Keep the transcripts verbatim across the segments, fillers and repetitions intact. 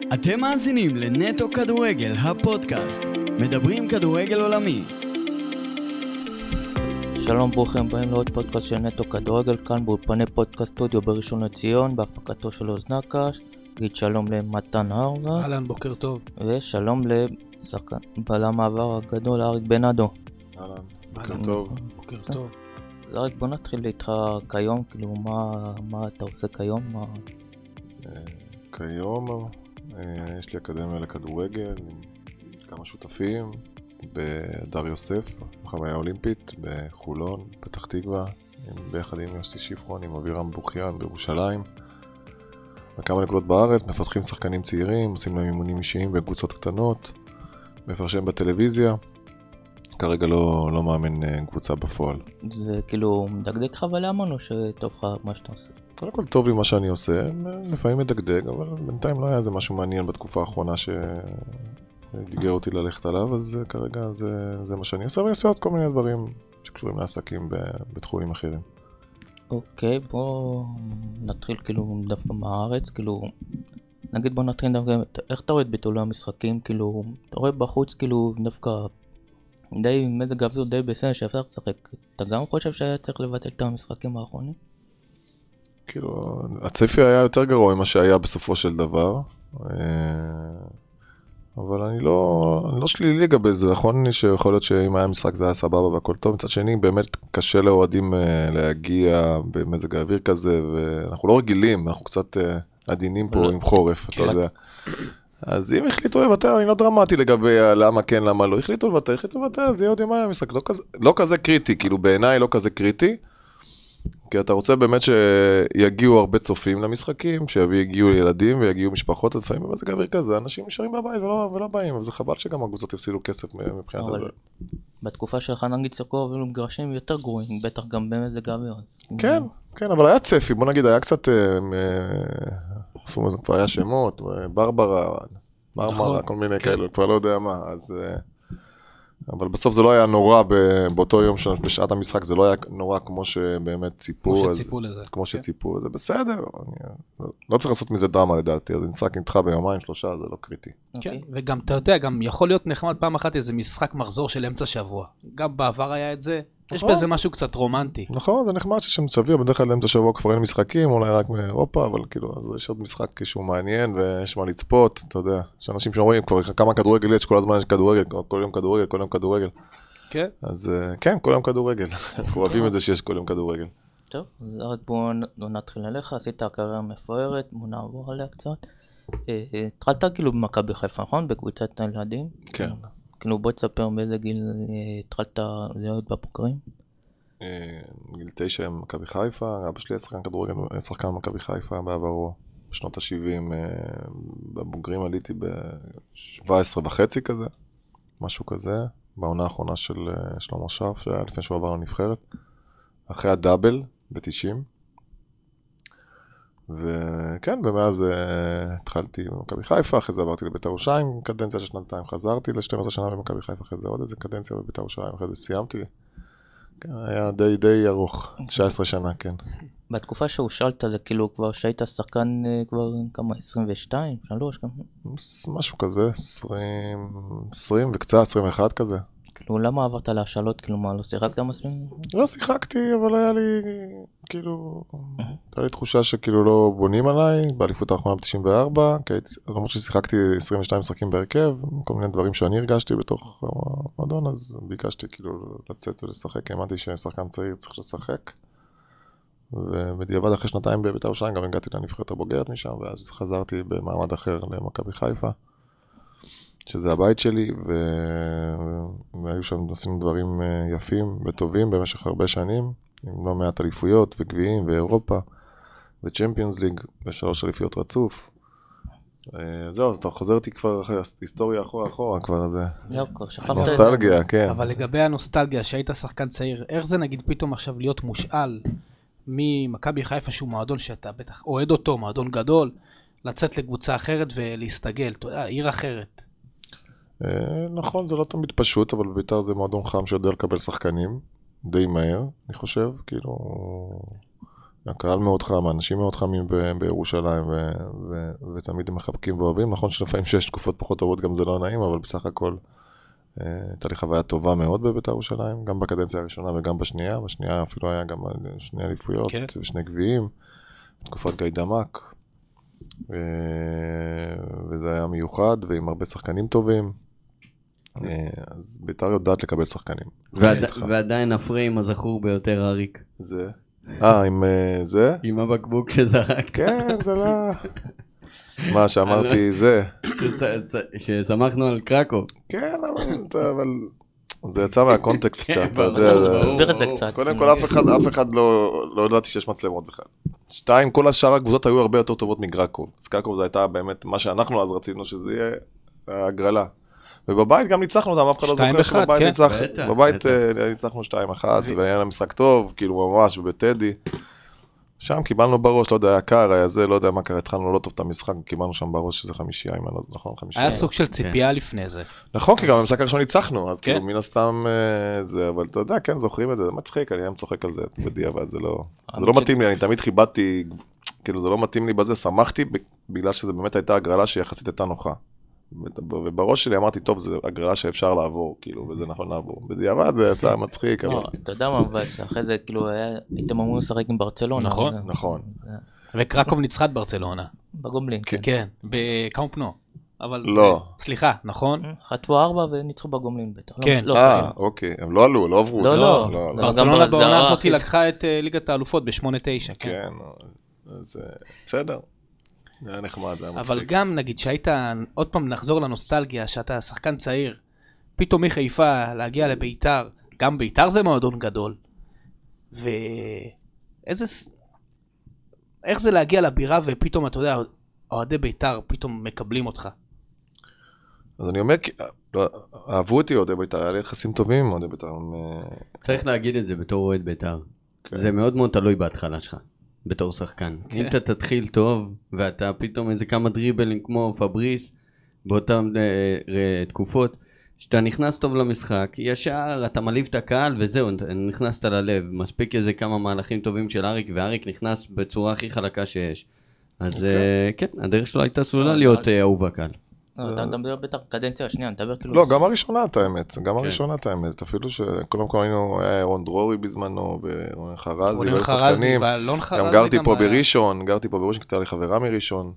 אתם מאזינים לנטו כדורגל, הפודקאסט. מדברים כדורגל עולמי. שלום, ברוכים הבאים לעוד פודקאסט של נטו כדורגל, כאן באולפני פודקאסט סטודיו בראשון לציון, בהפקתו של עוז נקש. נגיד שלום למתן הרגה. אהלן, בוקר טוב. ושלום לשחקן בלם העבר הגדול אריק בנאדו. אהלן, בוקר טוב. בוקר טוב. אריק, בוא נתחיל איתך כיום, כאילו מה, מה אתה עושה כיום? מה... כיום יש לי אקדמיה לכדורגל עם כמה שותפים בדר יוסף, בחוויה אולימפית, בחולון, פתח תקווה, ביחד עם יוסי שפרון, עם אבירם בוכיאן בירושלים. וכמה נקודות בארץ, מפתחים שחקנים צעירים, עושים להם אימונים אישיים בקבוצות קטנות, מפרשם בטלוויזיה. כרגע לא, לא מאמן קבוצה בפועל. זה כאילו מדגדג לך ולאמן או שטוב לך מה שאתה עושה? קודם כל טוב לי מה שאני עושה, לפעמים מדגדג, אבל בינתיים לא היה איזה משהו מעניין בתקופה האחרונה שדיגר אותי ללכת עליו, אז כרגע זה, זה מה שאני עושה, ואני עושה עוד כל מיני דברים שקשורים לעסקים בתחומים אחרים. אוקיי, בוא נתחיל כאילו דווקא מהארץ, כאילו נגיד בוא נתחיל דווקא, איך אתה רואה את ביטולי המשחקים, כאילו אתה רואה בחוץ כאילו דווקא די מזג האוויר די בסדר שאפשר לשחק, אתה גם חושב שהיה צריך לבטל את המשחקים האחרונים? כאילו, הצפי היה יותר גרוע ממה שהיה בסופו של דבר, אבל אני לא, אני לא שלילי לגבי זה, נכון לי שיכול להיות שאם היה משחק זה היה סבבה והכל טוב, מצד שני באמת קשה לאוהדים להגיע במזג האוויר כזה, ואנחנו לא רגילים, אנחנו קצת עדינים פה עם חורף, אתה יודע. אז אם החליטו לבטל, אני לא דרמטי לגבי למה כן, למה לא, החליטו לבטל, החליטו לבטל, אז יהיה עוד ימי המשחק, לא כזה, לא כזה קריטי, כאילו בעיניי לא כזה קריטי, כי אתה רוצה באמת שיגיעו הרבה צופים למשחקים, שיגיעו ילדים ויגיעו משפחות, לפעמים במזג האוויר כזה, אנשים נשארים בבית ולא, ולא באים, אבל זה חבל שגם הקבוצות יפסילו כסף מבחינת הזה. בתקופה שלך נגיד סקור הובילו מגרשים יותר גרועים, בטח גם במזג האוויר. כן, כן, אבל היה צפי, בוא נגיד, היה קצת, עשו מזה, כבר היה שמות, ברברה, מרמרה, כל מיני כאלו, כבר לא יודע מה, אז... אבל בסוף זה לא היה נורא באותו יום בשעת המשחק, זה לא היה נורא כמו שבאמת ציפו. כמו שציפו לזה. כמו שציפו, זה בסדר. לא צריך לעשות מזה דרמה לדעתי, אז משחק נדחה ביומיים, שלושה, זה לא קריטי. כן, וגם אתה יודע, גם יכול להיות נחמד פעם אחת איזה משחק מחזור של אמצע שבוע. גם בעבר היה את זה. יש בזה משהו קצת רומנטי. נכון, זה נחמד ששם סביר, בדרך כלל לאמצע שבוע כבר אין משחקים, אולי רק מאירופה, אבל כאילו, יש עוד משחק שהוא מעניין, ויש מה לצפות, אתה יודע, יש אנשים שאומרים, כבר כמה כדורגל יש, כל הזמן יש כדורגל, כל יום כדורגל, כל יום כדורגל. כן? אז כן, כל יום כדורגל. אנחנו אוהבים את זה שיש כל יום כדורגל. טוב, אז רק בואו נתחיל אליך, עשית קריירה מפוארת, בואו נעבור עליה קצת. התחלת כאילו במכבי חיפה, נכון? בקבוצת הילדים? כן. כאילו בוא תספר באיזה גיל התחלת להיות בבוגרים? גיל תשע עם מכבי חיפה, אבא שלי היה שחקן כדורגל, שחקן מכבי חיפה בעברו, בשנות ה-שבעים, בבוגרים עליתי ב-שבע עשרה וחצי כזה, משהו כזה, בעונה האחרונה של שלמה שרף, שהיה לפני שהוא עבר לנבחרת, אחרי הדאבל ב-תשעים, וכן, ומאז התחלתי במכבי חיפה, אחרי זה עברתי לבית"ר ירושלים, קדנציה של שנתיים, חזרתי ל-שתים עשרה שנה במכבי חיפה, אחרי זה עוד איזה קדנציה בבית"ר ירושלים, אחרי זה סיימתי, כן, היה די די ארוך, תשע עשרה שנה, כן. בתקופה שהושאלת, זה כאילו כבר שהיית שחקן כבר כמה, עשרים ושתיים, שלוש כמה? משהו כזה, עשרים, עשרים וקצת, עשרים ואחת כזה. כאילו, למה עברת להשאלות? כאילו, מה, לא שיחקת מספיק? לא שיחקתי, אבל היה לי, כאילו, הייתה לי תחושה שכאילו לא בונים עליי, באליפות האחרונה ב-תשעים וארבע, למרות ששיחקתי עשרים ושתיים משחקים בהרכב, כל מיני דברים שאני הרגשתי בתוך המועדון, אז ביקשתי כאילו לצאת ולשחק, האמנתי ששחקן צעיר צריך לשחק, ובדיעבד אחרי שנתיים בבית"ר ירושלים גם הגעתי לנבחרת הבוגרת משם, ואז חזרתי במעמד אחר למכבי חיפה. שזה הבית שלי, ו... והיו שם עשינו דברים יפים וטובים במשך הרבה שנים, עם לא מעט אליפויות וגביעים ואירופה, וצ'מפיונס ליג, ושלוש אליפויות רצוף. זהו, אז אתה חוזר אותי כבר אחרי היסטוריה אחורה אחורה, כבר זה נוסטלגיה, כן. אבל לגבי הנוסטלגיה, שהיית שחקן צעיר, איך זה נגיד פתאום עכשיו להיות מושאל ממכבי חיפה, שהוא מועדון שאתה בטח אוהד אותו, מועדון גדול, לצאת לקבוצה אחרת ולהסתגל, אתה יודע, עיר אחרת. נכון, זה לא תמיד פשוט, אבל בבית"ר זה מועדון חם שיודע לקבל שחקנים, די מהר, אני חושב, כאילו, הקהל מאוד חם, האנשים מאוד חמים ב- בירושלים, ו- ו- ותמיד הם מחבקים ואוהבים. נכון שלפעמים שיש תקופות פחות טובות, גם זה לא נעים, אבל בסך הכל הייתה לי חוויה טובה מאוד בבית"ר ירושלים, גם בקדנציה הראשונה וגם בשנייה. בשנייה אפילו היה גם שני אליפויות, כן. ושני גביעים, בתקופת גיא דמק, ו- וזה היה מיוחד, ועם הרבה שחקנים טובים. אז בית"ר יודעת לקבל שחקנים. ועד- ועדיין הפריים הזכור ביותר, אריק. זה... אה, עם זה? עם הבקבוק שזרקת. כן, זה לא... מה שאמרתי זה. ששמחנו על קרקוב. כן, אבל זה יצא מהקונטקסט קצת. תסביר את זה קצת. קודם כל, אף אחד לא ידעתי שיש מצלמות בכלל. שתיים, כל השאר הקבוצות היו הרבה יותר טובות מגרקוב. אז קרקוב זה הייתה באמת מה שאנחנו אז רצינו שזה יהיה הגרלה. ובבית גם ניצחנו אותם, אף אחד לא זוכר שבבית ניצחנו. בבית ניצחנו שתיים אחת, והיה לה משחק טוב, כאילו ממש, ובטדי. שם קיבלנו בראש, לא יודע, היה קר, היה זה, לא יודע מה קרה, התחלנו לא טוב את המשחק, קיבלנו שם בראש שזה חמישייה, אם אני לא, נכון? חמישייה. היה סוג של ציפייה לפני זה. נכון, כי גם במשחק הראשון ניצחנו, אז כאילו מן הסתם זה, אבל אתה יודע, כן, זוכרים את זה, זה מצחיק, אני היום צוחק על זה, בדיעבד, זה לא, זה לא מתאים לי, אני תמיד חיבדתי, כאילו זה לא מתאים לי בזה, שמחתי, בגלל שזה באמת הייתה הגרלה שיחסית הייתה נוחה. ובראש שלי אמרתי, טוב, זה הגרלה שאפשר לעבור, כאילו, וזה נכון לעבור. בדיעבד זה עשה מצחיק, אבל... אתה יודע מה מבאס, אחרי זה, כאילו, הייתם אמורים לשחק עם ברצלונה. נכון, נכון. וקרקוב ניצחה את ברצלונה. בגומלין. כן, בקאמפ נו. אבל לא. סליחה, נכון? חטפו ארבע וניצחו בגומלין בטח. כן. אה, אוקיי, הם לא עלו, לא עברו. לא, לא. ברצלונה בעונה הזאת לקחה את ליגת האלופות ב-שמונה תשע. כן, אז בסדר. זה היה נחמד, זה היה מצחיק. אבל גם נגיד שהיית, עוד פעם נחזור לנוסטלגיה, שאתה שחקן צעיר, פתאום מחיפה להגיע לביתר, גם ביתר זה מועדון גדול, ואיזה, איך זה להגיע לבירה ופתאום אתה יודע, אוהדי ביתר פתאום מקבלים אותך. אז אני אומר, אהבו אותי אוהדי ביתר, היה לי יחסים טובים עם אוהדי ביתר. צריך להגיד את זה בתור אוהד ביתר. זה מאוד מאוד תלוי בהתחלה שלך. בתור שחקן. אם אתה תתחיל טוב, ואתה פתאום איזה כמה דריבלים כמו פבריס, באותן תקופות, שאתה נכנס טוב למשחק, ישר אתה מליב את הקהל וזהו, נכנסת ללב. מספיק איזה כמה מהלכים טובים של אריק, ואריק נכנס בצורה הכי חלקה שיש. אז כן, הדרך שלו הייתה סלולה להיות אהוב הקהל. אתה מדבר בטח קדנציה השנייה, נדבר כאילו... לא, גם הראשונה את האמת, גם הראשונה את האמת, אפילו שקודם כל היינו, היה רון דרורי בזמנו, ורון חרזי, רון חרזי, ואלון חרזי גם גרתי פה בראשון, גרתי פה בראשון, כתבה לי חברה מראשון,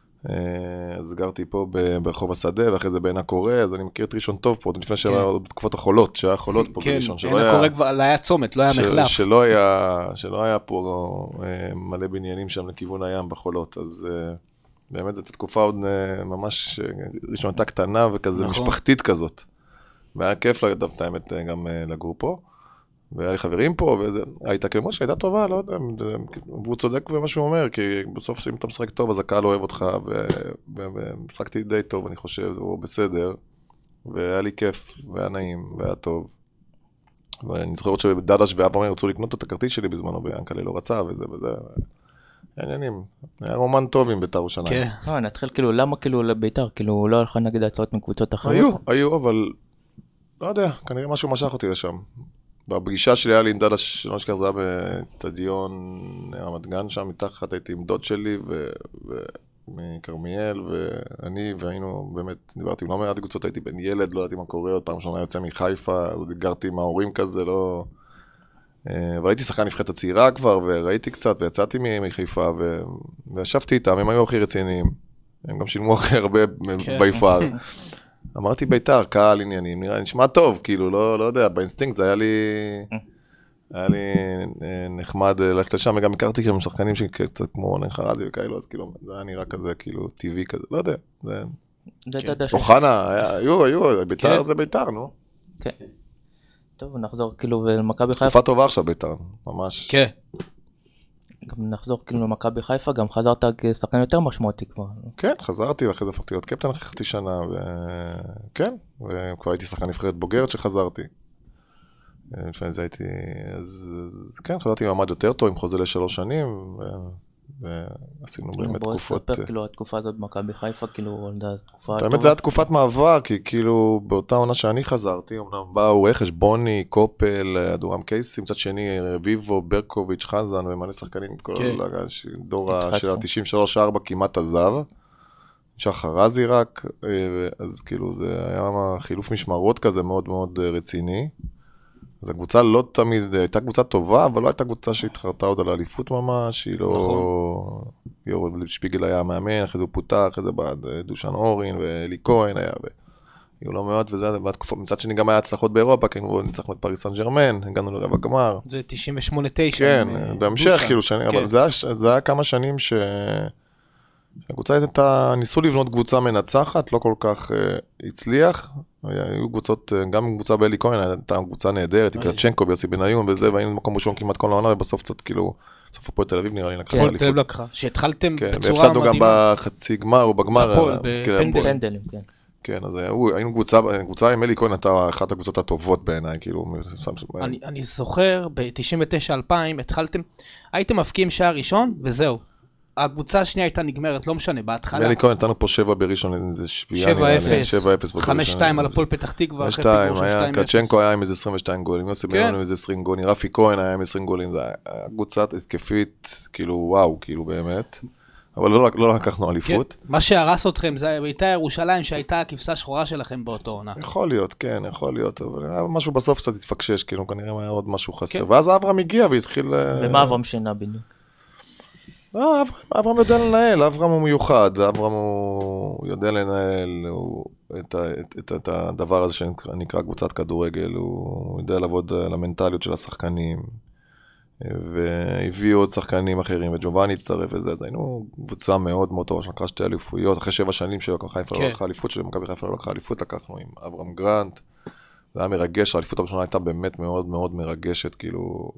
אז גרתי פה ברחוב השדה, ואחרי זה בעין הקורא, אז אני מכיר את ראשון טוב פה, לפני שהיה בתקופות החולות, שהיה חולות פה בראשון. כן, עין הקורא כבר היה צומת, לא היה מחלף. שלא היה פה מלא בניינים שם לכיוון הים בחולות, אז... באמת זאת תקופה עוד ממש ראשון הייתה קטנה וכזה משפחתית כזאת. והיה כיף לדעת האמת גם לגור פה. והיה לי חברים פה, והייתה כמו שהייתה טובה, לא יודע, והוא צודק במה שהוא אומר, כי בסוף אם אתה משחק טוב אז הקהל אוהב אותך, ומשחקתי די טוב אני חושב, הוא בסדר, והיה לי כיף, והיה נעים, והיה טוב. ואני זוכר עוד שדדש ואבא מי רצו לקנות את הכרטיס שלי בזמנו, ביאנקלי לא רצה, וזה וזה. עניינים, היה רומן טוב עם בית"ר ירושלים. כן. אה, נתחיל כאילו, למה כאילו לבית"ר? כאילו, לא הלכה נגיד הצעות מקבוצות אחרות? היו, היו, אבל לא יודע, כנראה משהו משך אותי לשם. בפגישה שלי היה לי עם דדה, שלא נשכח, זה היה באצטדיון רמת גן שם, מתחת הייתי עם דוד שלי ומקרמיאל, ואני, והיינו באמת, דיברתי עם לא מעט קבוצות, הייתי בן ילד, לא ידעתי מה קורה, עוד פעם ראשונה יוצא מחיפה, גרתי עם ההורים כזה, לא... אבל הייתי שחקן נבחרת הצעירה כבר, וראיתי קצת, ויצאתי מחיפה, וישבתי איתם, הם היו הכי רציניים. הם גם שילמו הכי הרבה ביפר. אמרתי בית"ר, קהל עניינים, נראה, נשמע טוב, כאילו, לא יודע, באינסטינקט זה היה לי, היה לי נחמד ללכת לשם, וגם הכרתי שם שחקנים שקצת כמו רונן חרזי וכאלו, אז כאילו, זה היה נראה כזה, כאילו, טבעי כזה, לא יודע. אוחנה, היו, היו, בית"ר זה בית"ר, נו. כן. טוב, נחזור כאילו למכבי חיפה. תקופה טובה עכשיו בית"ר, ממש. כן. גם נחזור כאילו למכבי חיפה, גם חזרת כשחקן יותר משמעותי כבר. כן, חזרתי, ואחרי זה הפכתי להיות קפטן אחרי חצי שנה, וכן, וכבר הייתי שחקן נבחרת בוגרת שחזרתי. לפני זה הייתי, אז כן, חזרתי מעמד יותר טוב, עם חוזה לשלוש שנים, ועשינו באמת תקופות... בוא תספר, כאילו, התקופה הזאת במכבי חיפה, כאילו, תקופה טובה. באמת זה היה תקופת מעבר, כי כאילו, באותה עונה שאני חזרתי, אמנם באו רכש, בוני, קופל, אדורם קייסי, מצד שני, רביבו, ברקוביץ', חזן, ומלא שחקנים, כל דור של ה-תשעים ושלוש ארבע כמעט עזב. שחר רזי רק, אז כאילו, זה היה חילוף משמרות כזה מאוד מאוד רציני. אז הקבוצה לא תמיד, הייתה קבוצה טובה, אבל לא הייתה קבוצה שהתחרתה עוד על האליפות ממש, היא לא... נכון. יורד שפיגל היה מאמן, אחרי זה הוא פותח, אחרי זה בעד דושן אורין ואלי כהן היה, והיו לא מאוד, וזה היה בתקופה, מצד שני גם היה הצלחות באירופה, כי ניצחנו את פריס סן ז'רמן, הגענו לרבע גמר. זה תשעים ושמונה תשע. כן, בהמשך כאילו שנים, אבל זה היה כמה שנים ש... הקבוצה הייתה, ניסו לבנות קבוצה מנצחת, לא כל כך uh, הצליח, היו קבוצות, גם קבוצה באלי כהן, הייתה קבוצה נהדרת, עם קרצ'נקו ויוסי בניון וזה, והיינו במקום ראשון כמעט כל העונה, ובסוף קצת כאילו, בסוף הפועל תל אביב נראה לי לקחה אליפות. כן, תל אביב לקחה, שהתחלתם בצורה מדהימה. והפסדנו גם בחצי גמר או בגמר. בפנדלים, כן. כן, אז היינו קבוצה, קבוצה עם אלי כהן הייתה אחת הקבוצות הטובות בעיניי, כאילו. אני זוכר, ב-תשעים ותשע אלפיים התחלתם, הייתם מפקיעים שער ראשון וזהו. הקבוצה השנייה הייתה נגמרת, לא משנה, בהתחלה. ואלי כהן נתנו פה שבע בראשון, איזה שביעה. שבע אפס, חמש שתיים על הפועל פתח תקווה, אחרי פיגור של שתיים אפס. קרצ'נקו היה עם איזה עשרים ושתיים גולים, יוסי בניון עם איזה עשרים גולים, רפי כהן היה עם עשרים גולים, זה היה קבוצה התקפית, כאילו וואו, כאילו באמת. אבל לא לקחנו אליפות. מה שהרס אתכם, זה הייתה ירושלים שהייתה הכבשה השחורה שלכם באותו עונה. יכול להיות, כן, יכול להיות, אבל משהו בסוף קצת התפקשש, כאילו כנראה היה עוד משהו חסר. ואז אברהם הגיע והתחיל... ומה אברהם שינה בדיוק? לא, אברהם יודע לנהל, אברהם הוא מיוחד, אברהם הוא יודע לנהל את הדבר הזה שנקרא קבוצת כדורגל, הוא יודע לעבוד על המנטליות של השחקנים, והביאו עוד שחקנים אחרים, וג'ובאני הצטרף וזה, אז היינו קבוצה מאוד מאוד טובה, שנקרא שתי אליפויות, אחרי שבע שנים שמכבי חיפה לא לקחה אליפות, שמכבי חיפה לא לקחה אליפות, לקחנו עם אברהם גרנט, זה היה מרגש, האליפות הראשונה הייתה באמת מאוד מאוד מרגשת, כאילו...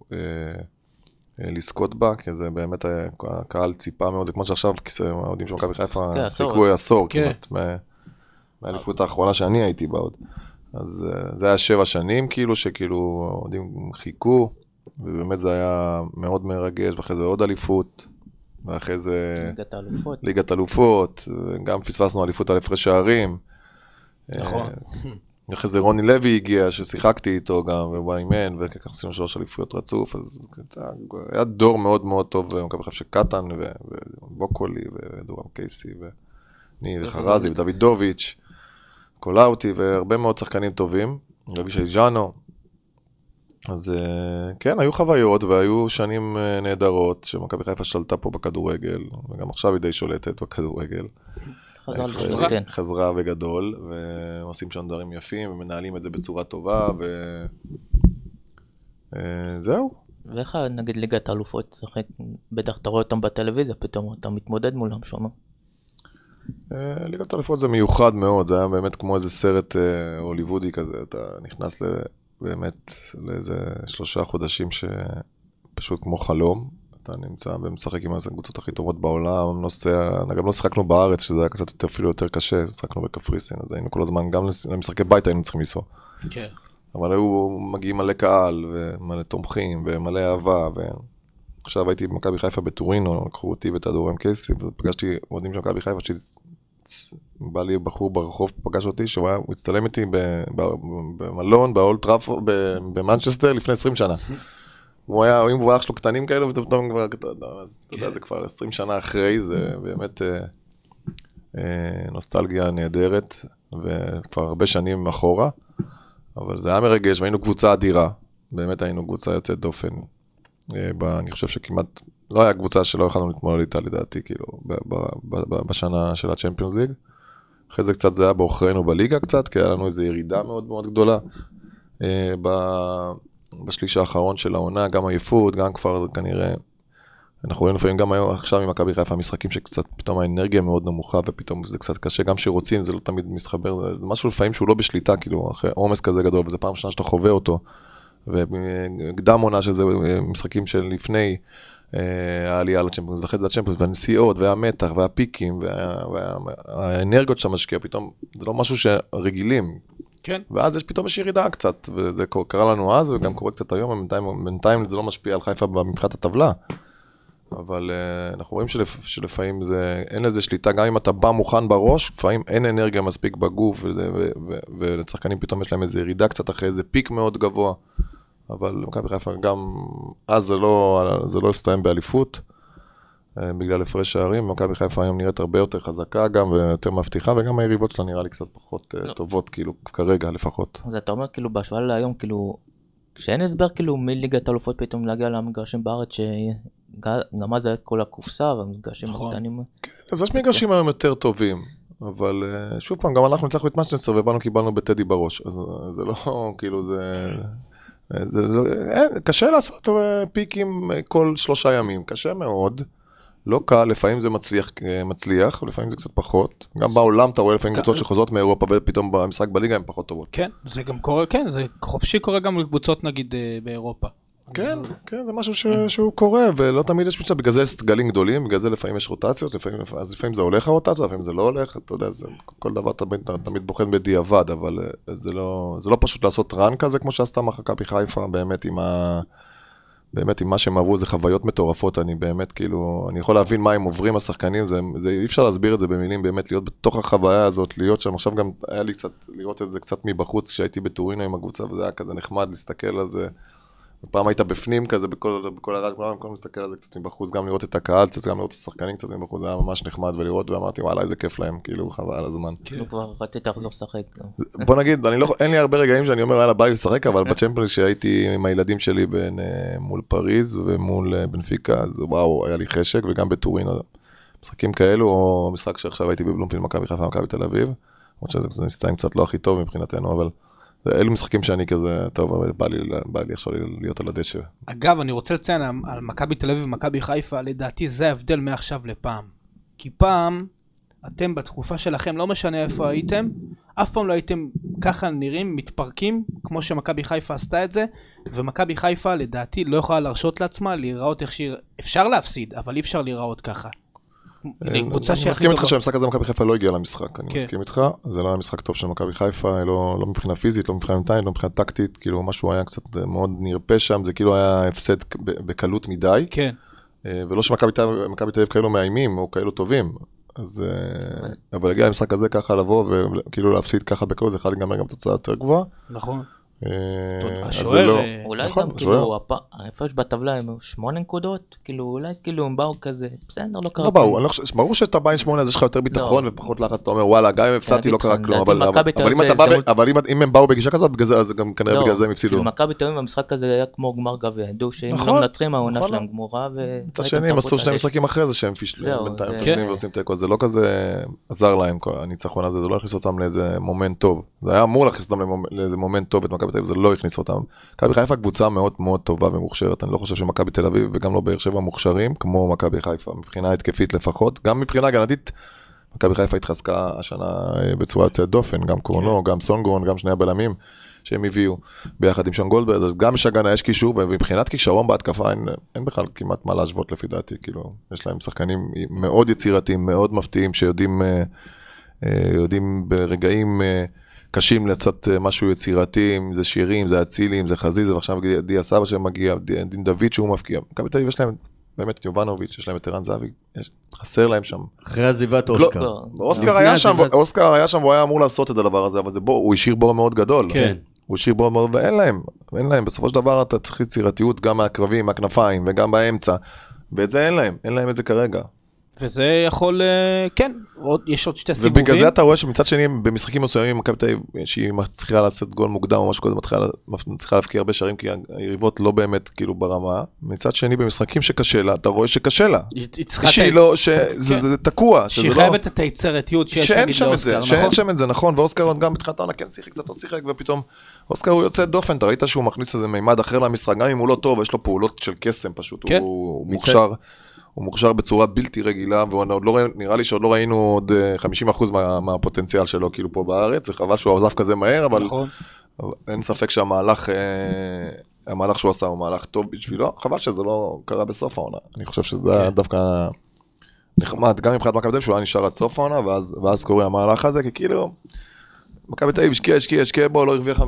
לזכות בה, כי זה באמת הקהל ציפה מאוד, זה כמו שעכשיו העודים של מכבי חיפה סיכוי עשור כמעט, מהאליפות האחרונה שאני הייתי בה עוד. אז זה היה שבע שנים כאילו, שכאילו העודים חיכו, ובאמת זה היה מאוד מרגש, ואחרי זה עוד אליפות, ואחרי זה ליגת אלופות, גם פספסנו אליפות על הפרש שערים. נכון. אחרי זה רוני לוי הגיע, ששיחקתי איתו גם, ובא אימן, וכך עשינו שלוש אליפויות רצוף, אז היה דור מאוד מאוד טוב, ומכבי חיפה שקטן, ובוקולי, ודורם קייסי, וני וחרזי, ודוידוביץ', קולאוטי, והרבה מאוד שחקנים טובים, אבישי ז'אנו. אז כן, היו חוויות, והיו שנים נהדרות, שמכבי חיפה שלטה פה בכדורגל, וגם עכשיו היא די שולטת בכדורגל. חזרה. חזרה וגדול, ועושים שם דברים יפים, ומנהלים את זה בצורה טובה, וזהו. ואיך נגיד ליגת האלופות, שחק, בטח אתה רואה אותם בטלוויזיה, פתאום אתה מתמודד מולם שם. ליגת האלופות זה מיוחד מאוד, זה היה באמת כמו איזה סרט הוליוודי כזה, אתה נכנס באמת לאיזה שלושה חודשים שפשוט כמו חלום, אתה נמצא ומשחק עם הקבוצות הכי טובות בעולם, נוסע, גם לא שחקנו בארץ, שזה היה קצת אפילו יותר קשה, שחקנו בקפריסין, אז היינו כל הזמן, גם למשחקי בית היינו צריכים לנסוע. כן. אבל היו מגיעים מלא קהל, ומלא תומכים, ומלא אהבה, ועכשיו הייתי במכבי חיפה בטורינו, לקחו אותי ואת אדורם קייסי, ופגשתי עובדים של מכבי חיפה, שבא לי בחור ברחוב, פגש אותי, שהוא הצטלם איתי במלון, באולד טראפורד, במנצ'סטר, לפני עשרים שנה. הוא היה, אם הוא היה שלו קטנים כאלו, ופתאום כבר, אז אתה יודע, זה כבר עשרים שנה אחרי, זה באמת נוסטלגיה נהדרת, וכבר הרבה שנים אחורה, אבל זה היה מרגש, והיינו קבוצה אדירה, באמת היינו קבוצה יוצאת דופן, אני חושב שכמעט, לא היה קבוצה שלא יכולנו להתמודד איתה לדעתי, כאילו, בשנה של הצ'מפיונס ליג, אחרי זה קצת זה היה באחרינו בליגה קצת, כי היה לנו איזו ירידה מאוד מאוד גדולה, בשליש האחרון של העונה, גם עייפות, גם כבר כנראה, אנחנו רואים לפעמים גם היום, עכשיו עם מכבי חיפה, משחקים שקצת פתאום האנרגיה מאוד נמוכה, ופתאום זה קצת קשה, גם שרוצים, זה לא תמיד מתחבר, זה משהו לפעמים שהוא לא בשליטה, כאילו, אחרי עומס כזה גדול, וזה פעם שנה שאתה חווה אותו, וקדם עונה שזה משחקים של לפני העלייה לצ'מפיונס, ואחרי זה לצ'מפיונס, והנסיעות, והמתח, והפיקים, והאנרגיות שאתה משקיע, פתאום, זה לא משהו שרגילים, כן. ואז יש פתאום יש ירידה קצת, וזה קרה לנו אז, וגם קורה קצת היום, בינתיים, בינתיים זה לא משפיע על חיפה מבחינת הטבלה. אבל uh, אנחנו רואים שלפ, שלפעמים זה, אין לזה שליטה, גם אם אתה בא מוכן בראש, לפעמים אין אנרגיה מספיק בגוף, ולצחקנים פתאום יש להם איזו ירידה קצת אחרי איזה פיק מאוד גבוה, אבל מכבי חיפה גם, אז זה לא, זה לא הסתיים באליפות, uh, בגלל הפרש שערים, מכבי חיפה היום נראית הרבה יותר חזקה גם, ויותר מבטיחה, וגם היריבות שלה נראה לי קצת פחות uh, טובות, כאילו, כרגע לפחות. אז אתה אומר, כאילו, בהשוואה להיום, כאילו, שאין הסבר כאילו מליגת אלופות פתאום להגיע למגרשים בארץ שגם אז היה את כל הקופסה והמגרשים הקטנים. אז יש מגרשים היום יותר טובים, אבל שוב פעם, גם אנחנו ניצחנו את מצ'נסטר ובאנו קיבלנו בטדי בראש, אז זה לא כאילו זה... קשה לעשות פיקים כל שלושה ימים, קשה מאוד. לא קל, לפעמים זה מצליח, מצליח, לפעמים זה קצת פחות. גם בעולם אתה רואה לפעמים קבוצות שחוזרות מאירופה ופתאום במשחק בליגה הן פחות טובות. כן, זה גם קורה, כן, זה חופשי קורה גם לקבוצות נגיד באירופה. כן, כן, זה משהו שהוא קורה, ולא תמיד יש מצב, בגלל זה יש גלים גדולים, בגלל זה לפעמים יש רוטציות, אז לפעמים זה הולך הרוטציה, לפעמים זה לא הולך, אתה יודע, כל דבר תמיד בוחן בדיעבד, אבל זה לא פשוט לעשות רן כזה, כמו שעשתה מכבי חיפה, באמת עם ה... באמת, עם מה שהם עברו, זה חוויות מטורפות, אני באמת, כאילו, אני יכול להבין מה הם עוברים השחקנים, זה, זה, אי אפשר להסביר את זה במילים, באמת, להיות בתוך החוויה הזאת, להיות שם, עכשיו גם היה לי קצת, לראות את זה קצת מבחוץ, כשהייתי בטורינו עם הקבוצה, וזה היה כזה נחמד להסתכל על זה, ופעם היית בפנים כזה, בכל, בכל הרעש, כולם יכולים להסתכל על זה קצת מבחוץ, גם לראות את הקהל, קצת גם לראות את השחקנים קצת מבחוץ, זה היה ממש נחמד, ולראות, ואמרתי, וואלה, איזה כיף להם, כאילו, חווה על הזמן. כאילו כבר רציתי לחזור לשחק. בוא נגיד, אני לא, אין לי הרבה רגעים שאני אומר, יאללה, בא לי לשחק, אבל בצ'מפיונס שהייתי עם הילדים שלי בין, מול פריז ומול בנפיקה, אז וואו, היה לי חשק, וגם בטורינו, משחקים כאלו, או משחק שעכשיו הייתי בבלומפילד, מכבי חיפה, מכבי תל אביב, למרות שזה נסתיים קצת לא הכי טוב מבחינתנו, אבל אלו משחקים שאני כזה, טוב, בא לי, בא לי עכשיו להיות על הדשא. אגב, אני רוצה לציין על מכבי תל אביב ומכבי חיפה, לדעתי זה ההבדל מעכשיו לפעם. כי פעם, אתם בתקופה שלכם, לא משנה איפה הייתם, אף פעם לא הייתם ככה נראים, מתפרקים, כמו שמכבי חיפה עשתה את זה, ומכבי חיפה לדעתי לא יכולה להרשות לעצמה להיראות איך שאפשר להפסיד, אבל אי אפשר להיראות ככה. אני מסכים איתך שהמשחק הזה מכבי חיפה לא הגיע למשחק, אני מסכים איתך, זה לא היה משחק טוב של מכבי חיפה, לא מבחינה פיזית, לא מבחינה מנטלית, לא מבחינה טקטית, כאילו משהו היה קצת מאוד נרפה שם, זה כאילו היה הפסד בקלות מדי, ולא שמכבי תל אביב כאלו מאיימים או כאלו טובים, אז אבל הגיע למשחק הזה ככה לבוא וכאילו להפסיד ככה בקלות, זה יכול להיגמר גם תוצאה יותר גבוהה. נכון. השוער, אולי גם כאילו ההפרש בטבלה הם שמונה נקודות, כאילו אולי כאילו הם באו כזה, בסדר, לא קרה. לא באו, ברור שאתה בא עם שמונה, אז יש לך יותר ביטחון ופחות לחץ, אתה אומר וואלה, גם אם הפסדתי לא קרה כלום, אבל אם הם באו בגישה כזאת, אז גם כנראה בגלל זה הם הפסידו. מכבי תל אביב המשחק הזה היה כמו גמר גביע, ידעו שאם לא מנצחים העונה שלהם גמורה, את השני הם עשו שני משחקים אחרי זה שהם פישלים ועושים תיקו, זה לא כזה עזר להם, הניצחון הזה, זה לא הכניס אותם לאיזה מומנט טוב, זה היה אמור להכניס אותם לאיזה מומנט טוב את מכבי תל אביב, זה לא הכניס אותם. מכבי חיפה קבוצה מאוד מאוד טובה ומוכשרת, אני לא חושב שמכבי תל אביב וגם לא באר שבע מוכשרים כמו מכבי חיפה, מבחינה התקפית לפחות, גם מבחינה הגנתית, מכבי חיפה התחזקה השנה בצורה יוצאת דופן, גם קורנו, גם סונגרון, גם שני הבלמים שהם הביאו ביחד עם שון גולדברג, אז גם יש הגנה, יש קישור, ומבחינת כישרון בהתקפה אין, אין בכלל כמעט מה להשוות לפי דעתי, כאילו, יש להם שחקנים מאוד יצירתיים, מאוד מפתיעים, שיודעים יודעים ברגעים קשים לצאת משהו יצירתי, אם זה שירים, זה אצילי, אם זה חזיזה, ועכשיו דיה סבא שמגיע, דין דוד שהוא מפקיע. מכבי תל אביב יש להם באמת יובנוביץ', יש להם את ערן זהבי, חסר להם שם. אחרי עזיבת אוסקר. אוסקר היה שם, אוסקר היה שם, והוא היה אמור לעשות את הדבר הזה, אבל הוא השאיר בור מאוד גדול. כן. הוא השאיר בור מאוד, ואין להם, אין להם. בסופו של דבר אתה צריך יצירתיות גם מהקרבים, מהכנפיים, וגם באמצע, ואת זה אין להם, אין להם את זה כרגע. וזה יכול, כן, יש עוד שתי סיבובים. ובגלל זה אתה רואה שמצד שני, במשחקים מסוימים, מכבי תל אביב, שהיא מצליחה לעשות גול מוקדם או משהו כזה, מצליחה להפקיע הרבה שערים, כי היריבות לא באמת כאילו ברמה. מצד שני, במשחקים שקשה לה, אתה רואה שקשה לה. שהיא לא, שזה תקוע. שהיא חייבת את היצירתיות שיש נגיד לאוסקר, נכון? שאין שם את זה, נכון, ואוסקר גם בתחילת העונה כן שיחק, קצת לא שיחק, ופתאום אוסקר הוא יוצא דופן, אתה ראית שהוא מכניס איזה מימד אחר למשחק, גם אם הוא לא טוב, יש לו פעולות של קסם פשוט, הוא מוכשר. הוא מוכשר בצורה בלתי רגילה, ונראה לי שעוד לא ראינו עוד חמישים אחוז מה, מהפוטנציאל שלו כאילו פה בארץ, וחבל שהוא עזב כזה מהר, אבל נכון. אין ספק שהמהלך, המהלך שהוא עשה הוא מהלך טוב בשבילו, חבל שזה לא קרה בסוף העונה, אני חושב שזה היה דווקא נחמד, גם מבחינת מכבי תל אביב שהוא היה נשאר עד סוף העונה, ואז, ואז קורה המהלך הזה, כי כאילו, מכבי תל אביב השקיע, השקיע, השקיע בו, לא הרוויחה,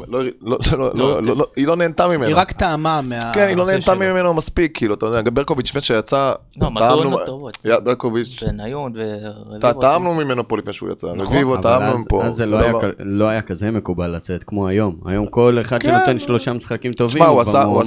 היא לא נהנתה ממנו. היא רק טעמה מה... כן, היא לא נהנתה ממנו מספיק, כאילו, אתה יודע, ברקוביץ' שיצא... לא, מזון טובות. ברקוביץ'. וניון ורביבו. טעמנו ממנו פה לפני שהוא יצא. רביבו, טעמנו פה. אז זה לא היה כזה מקובל לצאת, כמו היום. היום כל אחד שנותן שלושה משחקים טובים, הוא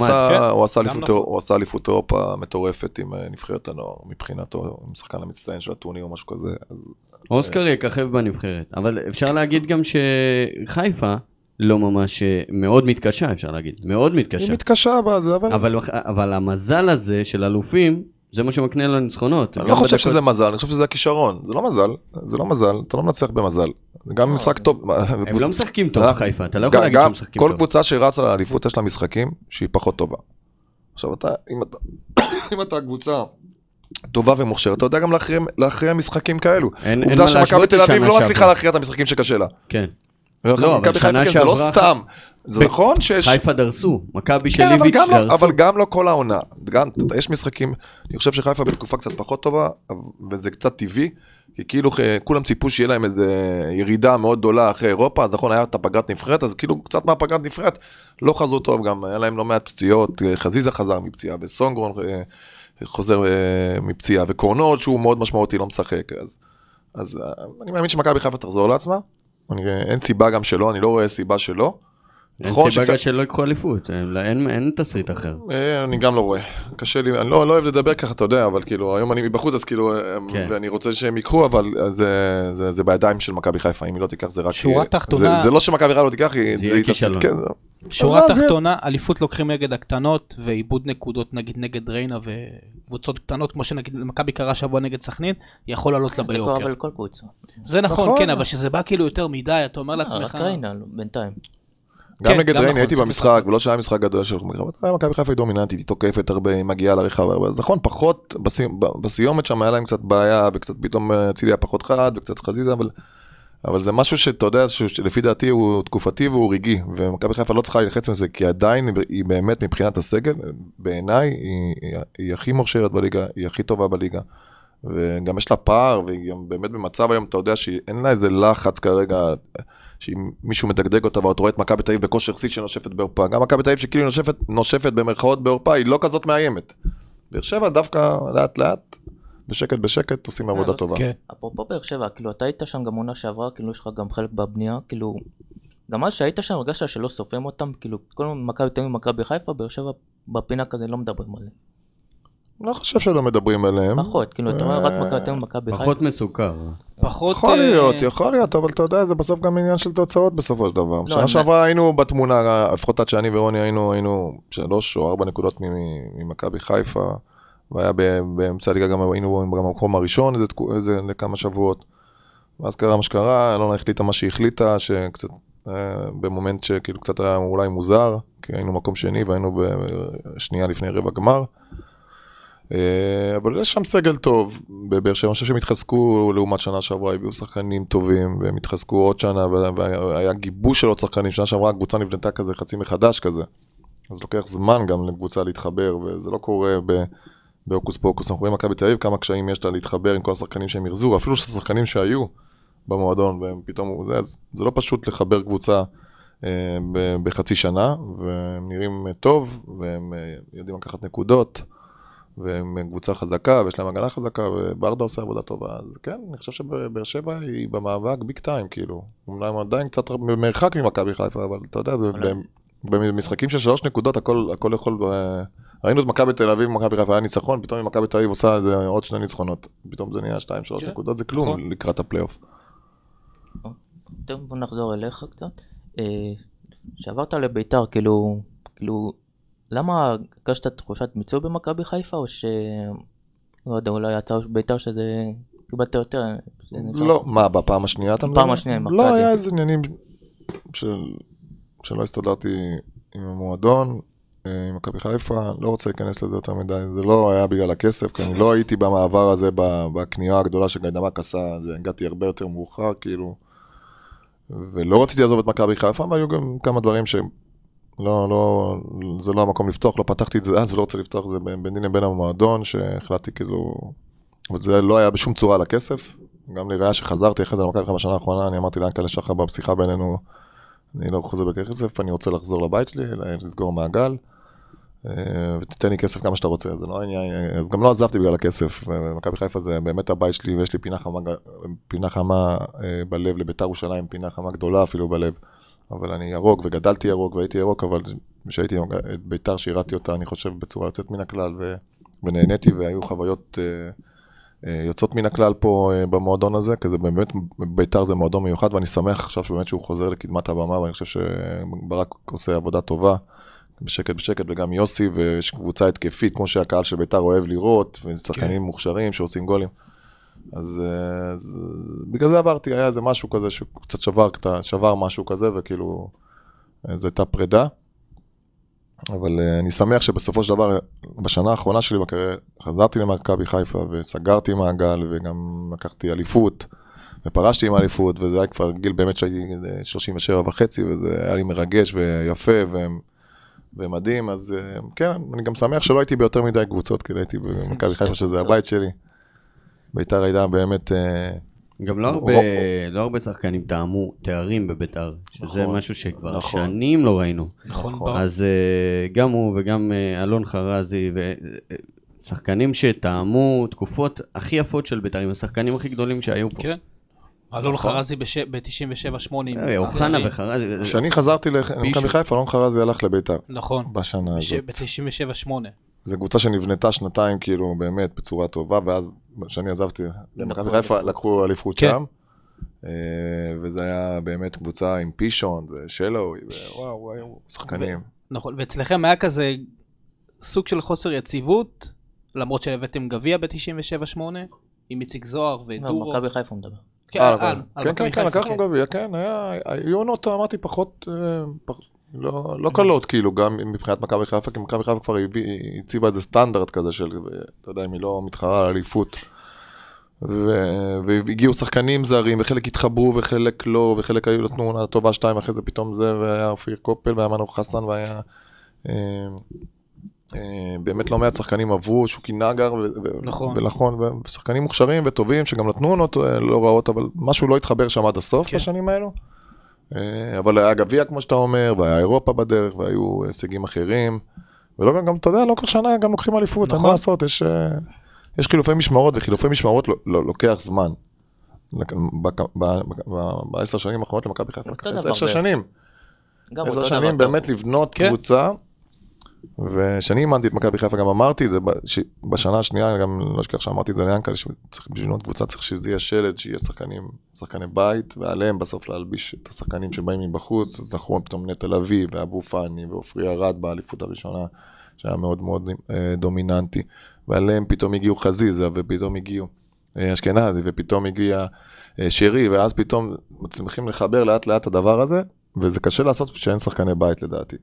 עשה אליפות אירופה מטורפת עם נבחרת הנוער, מבחינתו, עם שחקן המצטיין של הטורניר או משהו כזה. אוסקר יככב בנבחרת, אבל אפשר להגיד גם שחיפה לא ממש מאוד מתקשה, אפשר להגיד, מאוד מתקשה. היא מתקשה בזה, אבל... אבל, אבל המזל הזה של אלופים, זה מה שמקנה לניצחונות. אני לא חושב שזה מזל, אני חושב שזה הכישרון. זה לא מזל, זה לא מזל, אתה לא מנצח במזל. זה גם משחק טוב. הם לא משחקים טוב חיפה, אתה לא יכול להגיד שהם משחקים טוב. כל קבוצה שרצה לאליפות יש לה משחקים שהיא פחות טובה. עכשיו אתה, אם אתה קבוצה טובה ומוכשרת, אתה יודע גם להכריע משחקים כאלו. עובדה שמכבי תל אביב לא מצליחה להכריע את המשחקים שקשה לה. כן. לא, אבל שנה שעברה... זה לא סתם. זה נכון שיש... חיפה דרסו, מכבי של ליביץ' דרסו. אבל גם לא כל העונה. יש משחקים, אני חושב שחיפה בתקופה קצת פחות טובה, וזה קצת טבעי, כי כאילו כולם ציפו שיהיה להם איזו ירידה מאוד גדולה אחרי אירופה, אז נכון, היה את הפגרת נבחרת, אז כאילו קצת מהפגרת נבחרת לא חזרו טוב, גם היה להם לא מעט פציעות, חזיזה חזר מפציעה, וסונגרון חוזר מפציעה, וקורנות שהוא מאוד משמעותי, לא משחק. אז אני מאמין שמכבי חיפה תחזור לעצמה, אין סיבה גם שלא, אני לא רואה סיבה שלא. אין סיבה גם שלא יקחו אליפות, אין תסריט אחר. אני גם לא רואה, קשה לי, אני לא אוהב לדבר ככה, אתה יודע, אבל כאילו, היום אני מבחוץ, אז כאילו, ואני רוצה שהם יקחו, אבל זה בידיים של מכבי חיפה, אם היא לא תיקח זה רק... שורה תחתונה... זה לא שמכבי חיפה לא תיקח, זה יהיה כישלון. שורה תחתונה, אליפות לוקחים נגד הקטנות, ואיבוד נקודות נגיד נגד ריינה וקבוצות קטנות, כמו שנגיד מכבי קרה שבוע נגד סכנין, יכול לעלות לה ביוקר. זה נכון, כן, אבל שזה בא כאילו יותר מדי, אתה אומר לעצמך... גם נגד ריינה הייתי במשחק, ולא שהיה משחק גדול של מכבי חיפה היא דומיננטית, היא תוקפת הרבה, היא מגיעה לרחב הרבה, אז נכון, פחות, בסיומת שם היה להם קצת בעיה, וקצת פתאום ציליה פחות חד, וקצת חזיזה, אבל זה משהו שאתה יודע, שלפי דעתי הוא תקופתי והוא רגעי, ומכבי חיפה לא צריכה ללחץ מזה, כי עדיין היא באמת מבחינת הסגל, בעיניי היא הכי מורשרת בליגה, היא הכי טובה בליגה, וגם יש לה פער, והיא גם באמת במצב היום, אתה יודע שאין לה איזה לחץ כרגע, שאם מישהו מדגדג אותה, ואתה רואה את מכבי תל אביב בכושר שיא שנושפת בעורפה, גם מכבי תל אביב שכאילו נושפת, נושפת במרכאות בעורפה, היא לא כזאת מאיימת. באר שבע דווקא לאט לאט, בשקט בשקט, עושים עבודה טובה. אפרופו באר שבע, כאילו אתה היית שם גם עונה שעברה, כאילו יש לך גם חלק בבנייה, כאילו, גם אז שהיית שם הרגשת שלא סופרים אותם, כאילו כל מכבי תל אביב מכבי חיפה, באר שבע בפינה כזה לא מדברים עליהם. אני לא חושב שלא מדברים עליהם. פחות, כאילו, אתה רואה רק מכבי מכבי חיפה. פחות מסוכר. פחות... יכול להיות, יכול להיות, אבל אתה יודע, זה בסוף גם עניין של תוצאות בסופו של דבר. בשנה שעברה היינו בתמונה, לפחות עד שאני ורוני היינו שלוש או ארבע נקודות ממכבי חיפה, והיה באמצע הליגה גם היינו במקום הראשון איזה לכמה שבועות. ואז קרה מה שקרה, אלונה החליטה מה שהיא החליטה, שקצת, במומנט שכאילו קצת היה אולי מוזר, כי היינו מקום שני והיינו בשנייה לפני רבע גמר. אבל יש שם סגל טוב בבאר שבע, אני חושב שהם התחזקו לעומת שנה שעברה, הביאו שחקנים טובים והם התחזקו עוד שנה והיה גיבוש של עוד שחקנים, שנה שעברה הקבוצה נבנתה כזה חצי מחדש כזה, אז לוקח זמן גם לקבוצה להתחבר וזה לא קורה באוקוס פוקוס. אנחנו רואים מכבי תל אביב כמה קשיים יש לה להתחבר עם כל השחקנים שהם יחזרו, אפילו ששחקנים שהיו במועדון והם פתאום, זה, זה לא פשוט לחבר קבוצה בחצי שנה והם נראים טוב והם יודעים לקחת נקודות והם קבוצה חזקה, ויש להם הגנה חזקה, וברדה עושה עבודה טובה. אז כן, אני חושב שבאר שבע היא במאבק ביג טיים, כאילו. אומנם עדיין קצת במרחק ממכבי חיפה, אבל אתה יודע, במשחקים של שלוש נקודות, הכל, הכל יכול... ראינו את מכבי תל אביב, מכבי חיפה היה ניצחון, פתאום מכבי תל אביב עושה איזה עוד שני ניצחונות. פתאום זה נהיה שתיים, שלוש נקודות, זה כלום לקראת הפלייאוף. טוב, בוא נחזור אליך קצת. שעברת לביתר, כאילו... כאילו... למה הרגשת תחושת מיצוי במכבי חיפה, או ש... לא יודע, אולי יצא ביתר שזה קיבלת יותר? לא, מה, בפעם השנייה אתה מדבר? פעם השנייה עם מכבי. לא, היה איזה עניינים שלא הסתדרתי עם המועדון, עם מכבי חיפה, לא רוצה להיכנס לזה יותר מדי, זה לא היה בגלל הכסף, כי אני לא הייתי במעבר הזה, בקנייה הגדולה שגיידמק עשה, הגעתי הרבה יותר מאוחר, כאילו, ולא רציתי לעזוב את מכבי חיפה, אבל היו גם כמה דברים שהם, לא, לא, זה לא המקום לפתוח, לא פתחתי את זה אז ולא רוצה לפתוח את זה ביני לבין המועדון, שהחלטתי כאילו, אבל זה לא היה בשום צורה לכסף, גם לראיה שחזרתי אחרי זה למכבי חיפה בשנה האחרונה, אני אמרתי לאנקל שחר בשיחה בינינו, אני לא חוזר בכסף, אני רוצה לחזור לבית שלי, לסגור מעגל, ותתן לי כסף כמה שאתה רוצה, זה לא העניין, אז גם לא עזבתי בגלל הכסף, ומכבי חיפה זה באמת הבית שלי, ויש לי פינה חמה, פינה חמה בלב לביתר ירושלים, פינה חמה גדולה אפילו בלב, אבל אני ירוק, וגדלתי ירוק, והייתי ירוק, אבל כשהייתי את ביתר שירתי אותה, אני חושב, בצורה יוצאת מן הכלל, ונהניתי, והיו חוויות יוצאות מן הכלל פה במועדון הזה, כי זה באמת, ביתר זה מועדון מיוחד, ואני שמח עכשיו שבאמת שהוא חוזר לקדמת הבמה, ואני חושב שברק עושה עבודה טובה, בשקט בשקט, וגם יוסי, ויש קבוצה התקפית, כמו שהקהל של ביתר אוהב לראות, ושחקנים מוכשרים שעושים גולים. אז, אז בגלל זה עברתי, היה איזה משהו כזה, שקצת שבר, שבר משהו כזה, וכאילו, זו הייתה פרידה. אבל אני שמח שבסופו של דבר, בשנה האחרונה שלי בקריירה, חזרתי למכבי חיפה, וסגרתי מעגל, וגם לקחתי אליפות, ופרשתי עם אליפות, וזה היה כבר גיל באמת שהייתי שלושים ושבע וחצי, וזה היה לי מרגש ויפה, ו... ומדהים, אז כן, אני גם שמח שלא הייתי ביותר מדי קבוצות, כי הייתי במכבי חיפה שזה הבית שלי. ביתר הייתה באמת... גם לא הרבה, לא הרבה שחקנים טעמו תארים בביתר, שזה משהו שכבר שנים לא ראינו. נכון. אז גם הוא וגם אלון חרזי, ושחקנים שטעמו תקופות הכי יפות של ביתר, עם השחקנים הכי גדולים שהיו פה. כן. אלון חרזי ב-תשעים ושבע שמונים. אוחנה וחרזי. כשאני חזרתי למכבי חיפה, אלון חרזי הלך לביתר. נכון. בשנה הזאת. ב-תשעים ושבע שמונה. זו קבוצה שנבנתה שנתיים, כאילו, באמת, בצורה טובה, ואז כשאני עזבתי למכבי חיפה, לקחו אליפות שם, וזה היה באמת קבוצה עם פישון ושלו, וואו, וואו, שחקנים. נכון, ואצלכם היה כזה סוג של חוסר יציבות, למרות שהבאתם גביע ב-תשעים ושבע שמונה, עם איציק זוהר ודורו. מכבי חיפה מדבר. כן, כן, כן, לקחנו גביע, כן, היו עונות, אמרתי, פחות, לא קלות, כאילו, גם מבחינת מכבי חיפה, כי מכבי חיפה כבר הציבה איזה סטנדרט כזה של, אתה יודע, אם היא לא מתחרה על אליפות, והגיעו שחקנים זרים, וחלק התחברו וחלק לא, וחלק היו נתנו טובה שתיים, אחרי זה פתאום זה, והיה אופיר קופל, והיה מנור חסן, והיה... באמת לא מעט שחקנים עברו, שוקי נגר, ונכון, ושחקנים מוכשרים וטובים, שגם נתנו עונות לא רעות, אבל משהו לא התחבר שם עד הסוף בשנים האלו. אבל היה גביע, כמו שאתה אומר, והיה אירופה בדרך, והיו הישגים אחרים, ולא גם, אתה יודע, לא כל שנה גם לוקחים אליפות, אין מה לעשות, יש חילופי משמרות, וחילופי משמרות לוקח זמן. בעשר שנים האחרונות למכבי חיפה, עשר שנים. עשר שנים באמת לבנות קבוצה, ושאני אימנתי את מכבי חיפה, גם אמרתי את זה, בשנה השנייה, גם לא אשכח שאמרתי את זה לאנקל, שבשביל לבנות קבוצה צריך שזה יהיה שלד, שיהיה שחקנים, שחקני בית, ועליהם בסוף להלביש את השחקנים שבאים מבחוץ, אז נכון, פתאום נטע לביא, ואבו פאני, ואופרי ארד באליפות הראשונה, שהיה מאוד מאוד דומיננטי, ועליהם פתאום הגיעו חזיזה, ופתאום הגיעו אשכנזי, ופתאום הגיע שרי, ואז פתאום מצליחים לחבר לאט לאט הדבר הזה, וזה קשה לעשות שאין שחקני בית לדעתי.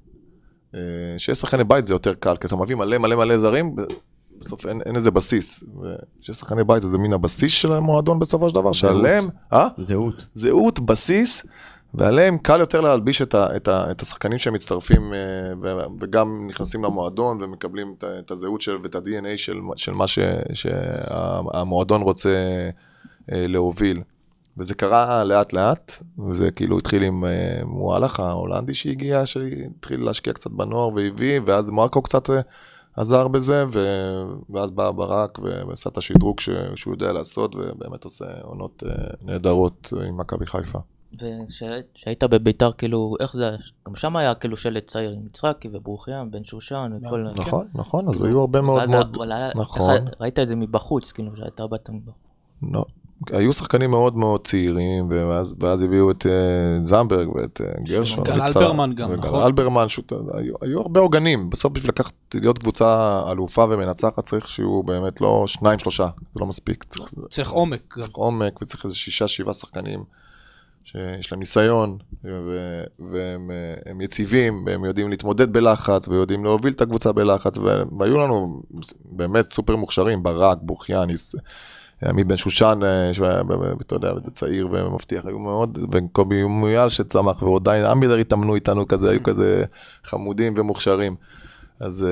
שיש שחקני בית זה יותר קל, כי אתה מביא מלא מלא מלא זרים, בסוף אין, אין איזה בסיס. שיש שחקני בית זה מין הבסיס של המועדון בסופו של דבר, שעליהם... אה? זהות. זהות, בסיס, ועליהם קל יותר להלביש את, ה, את, ה, את השחקנים שמצטרפים, וגם נכנסים למועדון ומקבלים את, את הזהות של, ואת ה-די אן איי של, של מה ש, שהמועדון רוצה להוביל. וזה קרה לאט לאט, וזה כאילו התחיל עם מואלך ההולנדי שהגיע, שהתחיל להשקיע קצת בנוער והביא, ואז מרקו קצת עזר בזה, ואז בא ברק ועשה את השדרוג שהוא יודע לעשות, ובאמת עושה עונות נהדרות עם מכבי חיפה. ושהיית בביתר, כאילו, איך זה? גם שם היה כאילו שלט צעיר עם יצחקי וברוכיאן, בן שושן וכל... נכון, נכון, אז היו הרבה מאוד מאוד... נכון. ראית את זה מבחוץ, כאילו, שהייתה באת מבחוץ. לא. היו שחקנים מאוד מאוד צעירים, ואז, ואז הביאו את uh, זמברג ואת uh, גרשון. גל אלברמן גם, נכון? גל אלברמן, שות, היו, היו הרבה עוגנים. בסוף בשביל לקחת, להיות קבוצה אלופה ומנצחת, צריך שיהיו באמת לא שניים, שלושה, זה לא מספיק. צריך, צריך עומק. צריך עומק, וצריך איזה שישה, שבעה שחקנים, שיש להם ניסיון, ו- והם הם יציבים, והם יודעים להתמודד בלחץ, ויודעים להוביל את הקבוצה בלחץ, והיו לנו באמת סופר מוכשרים, ברק, בוכיאניס, עמי בן שושן, שהוא היה, אתה יודע, צעיר ומבטיח, היו מאוד, וקובי מויאל שצמח, ועדיין אמבידר התאמנו איתנו כזה, היו כזה חמודים ומוכשרים. אז,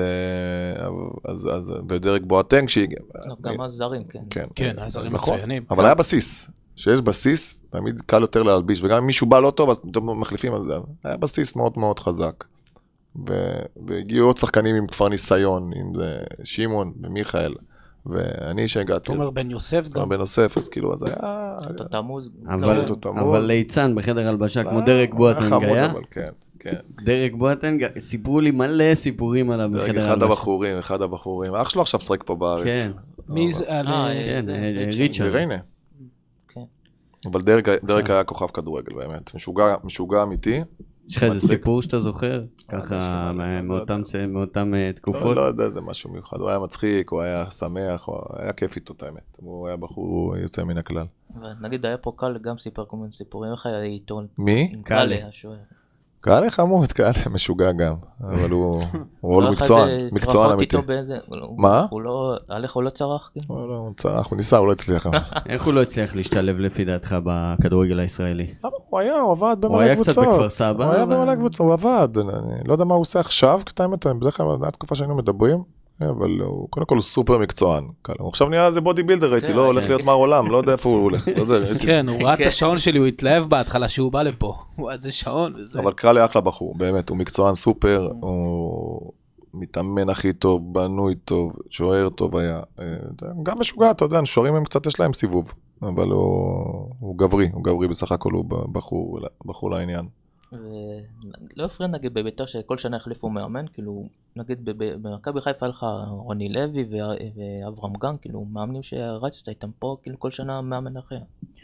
אז, אז, ודרק בואטנג שהגיע. גם הזרים, כן. כן, כן, הזרים מצוינים. אבל היה בסיס. שיש בסיס, תמיד קל יותר להלביש, וגם אם מישהו בא לא טוב, אז מחליפים על זה. היה בסיס מאוד מאוד חזק. והגיעו עוד שחקנים עם כבר ניסיון, עם זה שמעון ומיכאל, ואני שהגעתי. תומר בן יוסף גם. תומר בן יוסף, אז כאילו, אז היה... תמוז. אבל ליצן בחדר הלבשה, כמו דרק בואטנג היה. כן. דרק בואטנג, סיפרו לי מלא סיפורים עליו בחדר הלבשה. אחד הבחורים, אחד הבחורים. אח שלו עכשיו שחק פה בארץ. כן. מי זה? כן, ריצ'רד. ריינה. אבל דרק היה כוכב כדורגל באמת. משוגע אמיתי. יש לך איזה סיפור שאתה זוכר? ככה מאותם תקופות? לא יודע, זה משהו מיוחד. הוא היה מצחיק, הוא היה שמח, היה כיף איתו את האמת. הוא היה בחור יוצא מן הכלל. נגיד, היה פה קל גם סיפר כל מיני סיפורים. איך היה עיתון? מי? קל, השוער. קל חמוד, קל משוגע גם. אבל הוא מקצוען, מקצוען אמיתי. מה? עליך הוא לא צרח? לא, לא, הוא צרח, הוא ניסה, הוא לא הצליח. איך הוא לא הצליח להשתלב לפי דעתך בכדורגל הישראלי? הוא היה, הוא עבד במלא קבוצות. הוא היה קצת בכפר סבא. הוא היה במלא קבוצות, הוא עבד. אני לא יודע מה הוא עושה עכשיו, כי האמת, בדרך כלל, עד תקופה שהיינו מדברים, אבל קודם כל הוא סופר מקצוען. הוא עכשיו נהיה איזה בודי בילדר, הייתי לא הולך להיות מר עולם, לא יודע איפה הוא הולך. כן, הוא ראה את השעון שלי, הוא התלהב בהתחלה שהוא בא לפה. הוא איזה שעון וזה. אבל קרא לי אחלה בחור, באמת, הוא מקצוען סופר, הוא מתאמן הכי טוב, בנוי טוב, שוער טוב היה. גם משוגע, אתה יודע, שוערים הם קצת יש להם סיבוב, אבל הוא גברי, הוא גברי בסך הכל, הוא בחור לעניין. לא הפריע נגיד בביתר שכל שנה החליפו מאמן, כאילו נגיד במכבי חיפה היה לך רוני לוי ואברהם גן, כאילו מאמנים שרצת איתם פה, כאילו כל שנה מאמן אחר.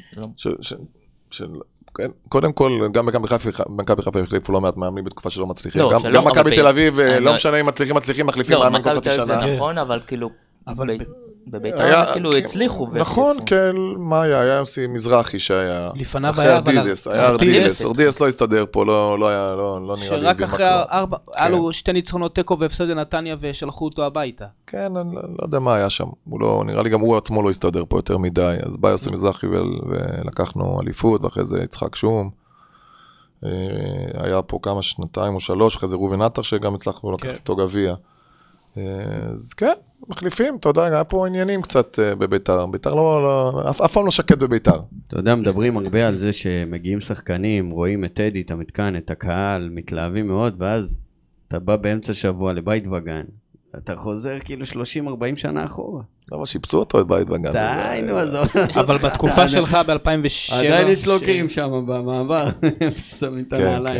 קודם כל, גם במכבי חיפה החליפו לא מעט מאמנים בתקופה שלא מצליחים, גם מכבי תל אביב, לא משנה אם מצליחים מצליחים, מחליפים מאמן כל חצי שנה. נכון, אבל כאילו בביתר כאילו הצליחו. נכון, כן, מה היה? היה יוסי מזרחי שהיה. לפניו היה ארדילס, היה ארדילס, ארדילס לא הסתדר פה, לא היה, לא נראה לי. שרק אחרי ארבע, היה לו שתי ניצחונות תיקו והפסד לנתניה ושלחו אותו הביתה. כן, אני לא יודע מה היה שם. הוא לא, נראה לי גם הוא עצמו לא הסתדר פה יותר מדי. אז בא יוסי מזרחי ולקחנו אליפות, ואחרי זה יצחק שום. היה פה כמה שנתיים או שלוש, אחרי זה ראובן עטר שגם הצלחנו לקחת אותו גביע. אז כן, מחליפים, אתה יודע, היה פה עניינים קצת בביתר, ביתר לא, אף פעם לא שקט בביתר. אתה יודע, מדברים הרבה על זה שמגיעים שחקנים, רואים את טדי, את המתקן, את הקהל, מתלהבים מאוד, ואז אתה בא באמצע שבוע לבית וגן, אתה חוזר כאילו שלושים ארבעים שנה אחורה. למה שיפצו אותו את בית וגן? די, נו, עזוב. אבל בתקופה שלך ב-אלפיים ושבע... עדיין יש לוקרים שם במעבר, ששמים את הנעליים.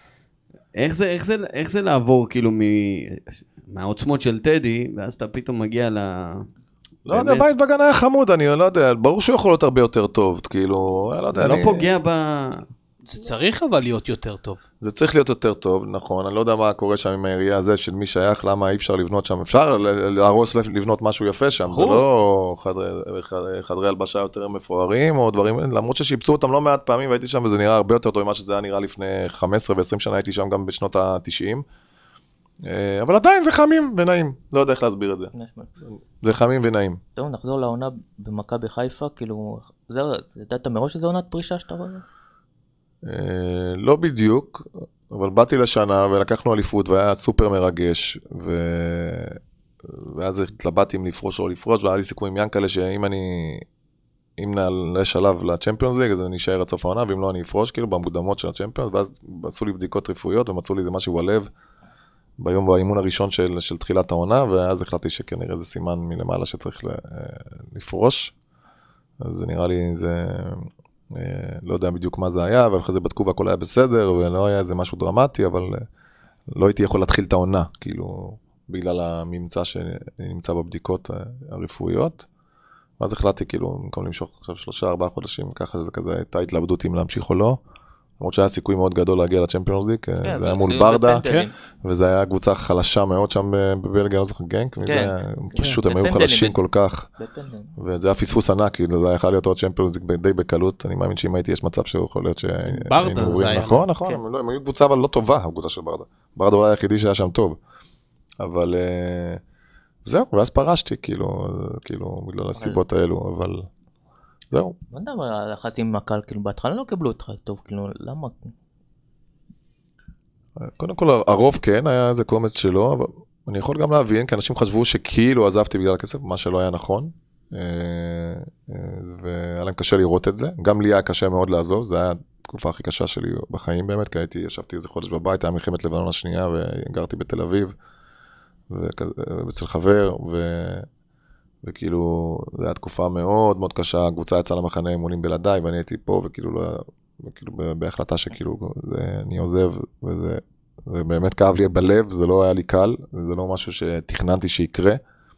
איך זה לעבור כאילו מ... מהעוצמות של טדי, ואז אתה פתאום מגיע ל... לא יודע, בית וגן היה חמוד, אני לא יודע, ברור שהוא יכול להיות הרבה יותר טוב, כאילו, לא יודע. זה לא פוגע ב... זה צריך אבל להיות יותר טוב. זה צריך להיות יותר טוב, נכון, אני לא יודע מה קורה שם עם העירייה הזה, של מי שייך, למה אי אפשר לבנות שם, אפשר להרוס לבנות משהו יפה שם, זה לא חדרי הלבשה יותר מפוארים, או דברים, למרות ששיפצו אותם לא מעט פעמים, והייתי שם, וזה נראה הרבה יותר טוב ממה שזה היה נראה לפני חמש עשרה ועשרים שנה, הייתי שם גם בשנות ה-תשעים. אבל עדיין זה חמים ונעים, לא יודע איך להסביר את זה. זה חמים ונעים. טוב, נחזור לעונה במכבי חיפה, כאילו, זה ידעת מראש שזה עונת פרישה שאתה רואה? לא בדיוק, אבל באתי לשנה ולקחנו אליפות והיה סופר מרגש, ואז התלבטתי אם לפרוש או לפרוש, והיה לי סיכוי עם ינקלה שאם אני, אם נעלה שלב לצ'מפיונס ליג, אז אני אשאר עד סוף העונה, ואם לא אני אפרוש, כאילו במוקדמות של הצ'מפיונס, ואז עשו לי בדיקות רפואיות ומצאו לי איזה משהו בלב, ביום באימון הראשון של, של תחילת העונה, ואז החלטתי שכנראה זה סימן מלמעלה שצריך לפרוש. אז זה נראה לי, זה, לא יודע בדיוק מה זה היה, ואחרי זה בדקו והכל היה בסדר, ולא היה איזה משהו דרמטי, אבל לא הייתי יכול להתחיל את העונה, כאילו, בגלל הממצא שנמצא בבדיקות הרפואיות. ואז החלטתי, כאילו, במקום למשוך עכשיו שלושה, ארבעה חודשים, ככה שזה כזה, הייתה התלבטות אם להמשיך או לא. למרות שהיה סיכוי מאוד גדול להגיע לצ'מפיונס ליג, זה היה מול ברדה, וזה היה קבוצה חלשה מאוד שם בבלגיה, לא זוכר גנק, פשוט הם היו חלשים כל כך, וזה היה פספוס ענק, זה היה יכול להיות עוד צ'מפיונס ליג די בקלות, אני מאמין שאם הייתי יש מצב שיכול להיות שהיינו עוברים, נכון, נכון, הם היו קבוצה אבל לא טובה, הקבוצה של ברדה, ברדה אולי היחידי שהיה שם טוב, אבל זהו, ואז פרשתי, כאילו, בגלל הסיבות האלו, אבל... זהו. מה אתה אומר על היחסים עם הקהל, כאילו בהתחלה לא קיבלו אותך טוב, כאילו למה? קודם כל הרוב כן, היה איזה קומץ שלו, אבל אני יכול גם להבין, כי אנשים חשבו שכאילו עזבתי בגלל הכסף, מה שלא היה נכון. והיה להם קשה לראות את זה. גם לי היה קשה מאוד לעזוב, זה היה התקופה הכי קשה שלי בחיים באמת, כי הייתי, ישבתי איזה חודש בבית, היה מלחמת לבנון השנייה, וגרתי בתל אביב, ואצל חבר, ו... וכאילו, זו הייתה תקופה מאוד מאוד קשה, הקבוצה יצאה למחנה אימונים בלעדיי, ואני הייתי פה, וכאילו, לא, וכאילו בהחלטה שכאילו, זה, אני עוזב, וזה, זה באמת כאב לי בלב, זה לא היה לי קל, זה לא משהו שתכננתי שיקרה,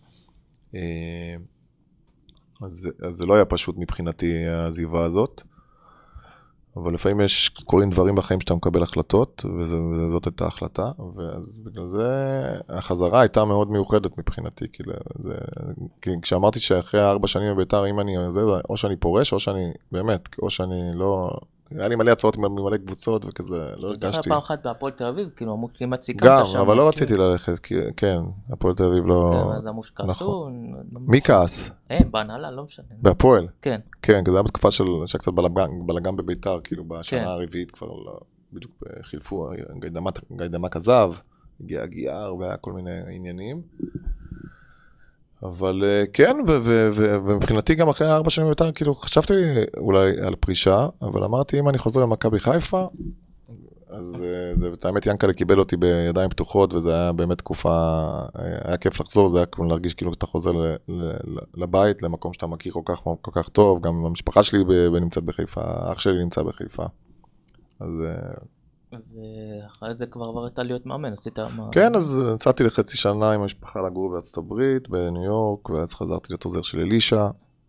אז, אז זה לא היה פשוט מבחינתי העזיבה הזאת, אבל לפעמים יש, קוראים דברים בחיים שאתה מקבל החלטות, וזאת הייתה ההחלטה, ואז בגלל זה החזרה הייתה מאוד מיוחדת מבחינתי, כי, זה, כי כשאמרתי שאחרי ארבע שנים בביתר, אם אני, זה, או שאני פורש, או שאני, באמת, או שאני לא, היה לי מלא הצעות ממלא קבוצות וכזה, לא הרגשתי. פעם אחת בהפועל תל אביב, כאילו, אמרו כמעט סיכמת שם. גם, אבל לא רציתי ללכת, כן, הפועל תל אביב לא... כן, אז אמרו שכעסו. מי כעס? אין, בהנהלה, לא משנה. בהפועל? כן. כן, כי זה היה בתקופה של קצת בלגן בביתר, כאילו, בשנה הרביעית כבר בדיוק חילפו, גיידמק עזב, הגיע גיאר והיה כל מיני עניינים. אבל כן, ומבחינתי גם אחרי ארבע שנים יותר, כאילו חשבתי אולי על פרישה, אבל אמרתי, אם אני חוזר למכבי חיפה, אז זה, האמת ינקלה קיבל אותי בידיים פתוחות, וזה היה באמת תקופה, היה כיף לחזור, זה היה כמו להרגיש כאילו אתה חוזר לבית, למקום שאתה מכיר כל כך, כל כך טוב, גם המשפחה שלי נמצאת בחיפה, אח שלי נמצא בחיפה. אז... ואחרי זה כבר עברת להיות מאמן, עשית מה... כן, אז נצאתי לחצי שנה עם המשפחה לגור בארצות הברית, בניו יורק, ואז חזרתי להיות עוזר של אלישה,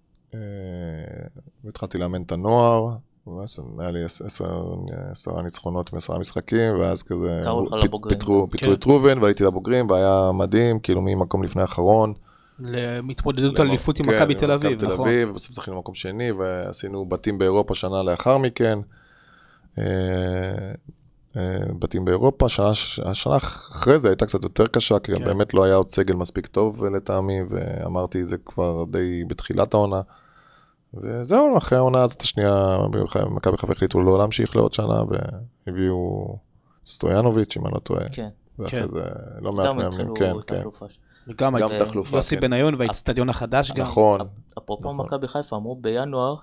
והתחלתי לאמן את הנוער, היה לי עשרה ניצחונות מעשרה משחקים, ואז כזה פיתרו את רובן, והייתי לבוגרים, והיה מדהים, כאילו ממקום לפני האחרון. למתמודדות על אליפות עם מכבי תל אביב, נכון? ובסוף זכינו למקום שני, ועשינו בתים באירופה שנה לאחר מכן. בתים באירופה, השנה, השנה אחרי זה הייתה קצת יותר קשה, כי כן. באמת לא היה עוד סגל מספיק טוב לטעמי, ואמרתי זה כבר די בתחילת העונה, וזהו, אחרי העונה הזאת השנייה, מכבי חיפה החליטו לא להמשיך לעוד שנה, והביאו סטויאנוביץ' אם אני לא טועה, כן. ואחרי זה לא מעט מאמנים, כן, כן. וגם יוסי בניון והאצטדיון החדש גם. נכון. אפרופו מכבי חיפה, אמרו בינואר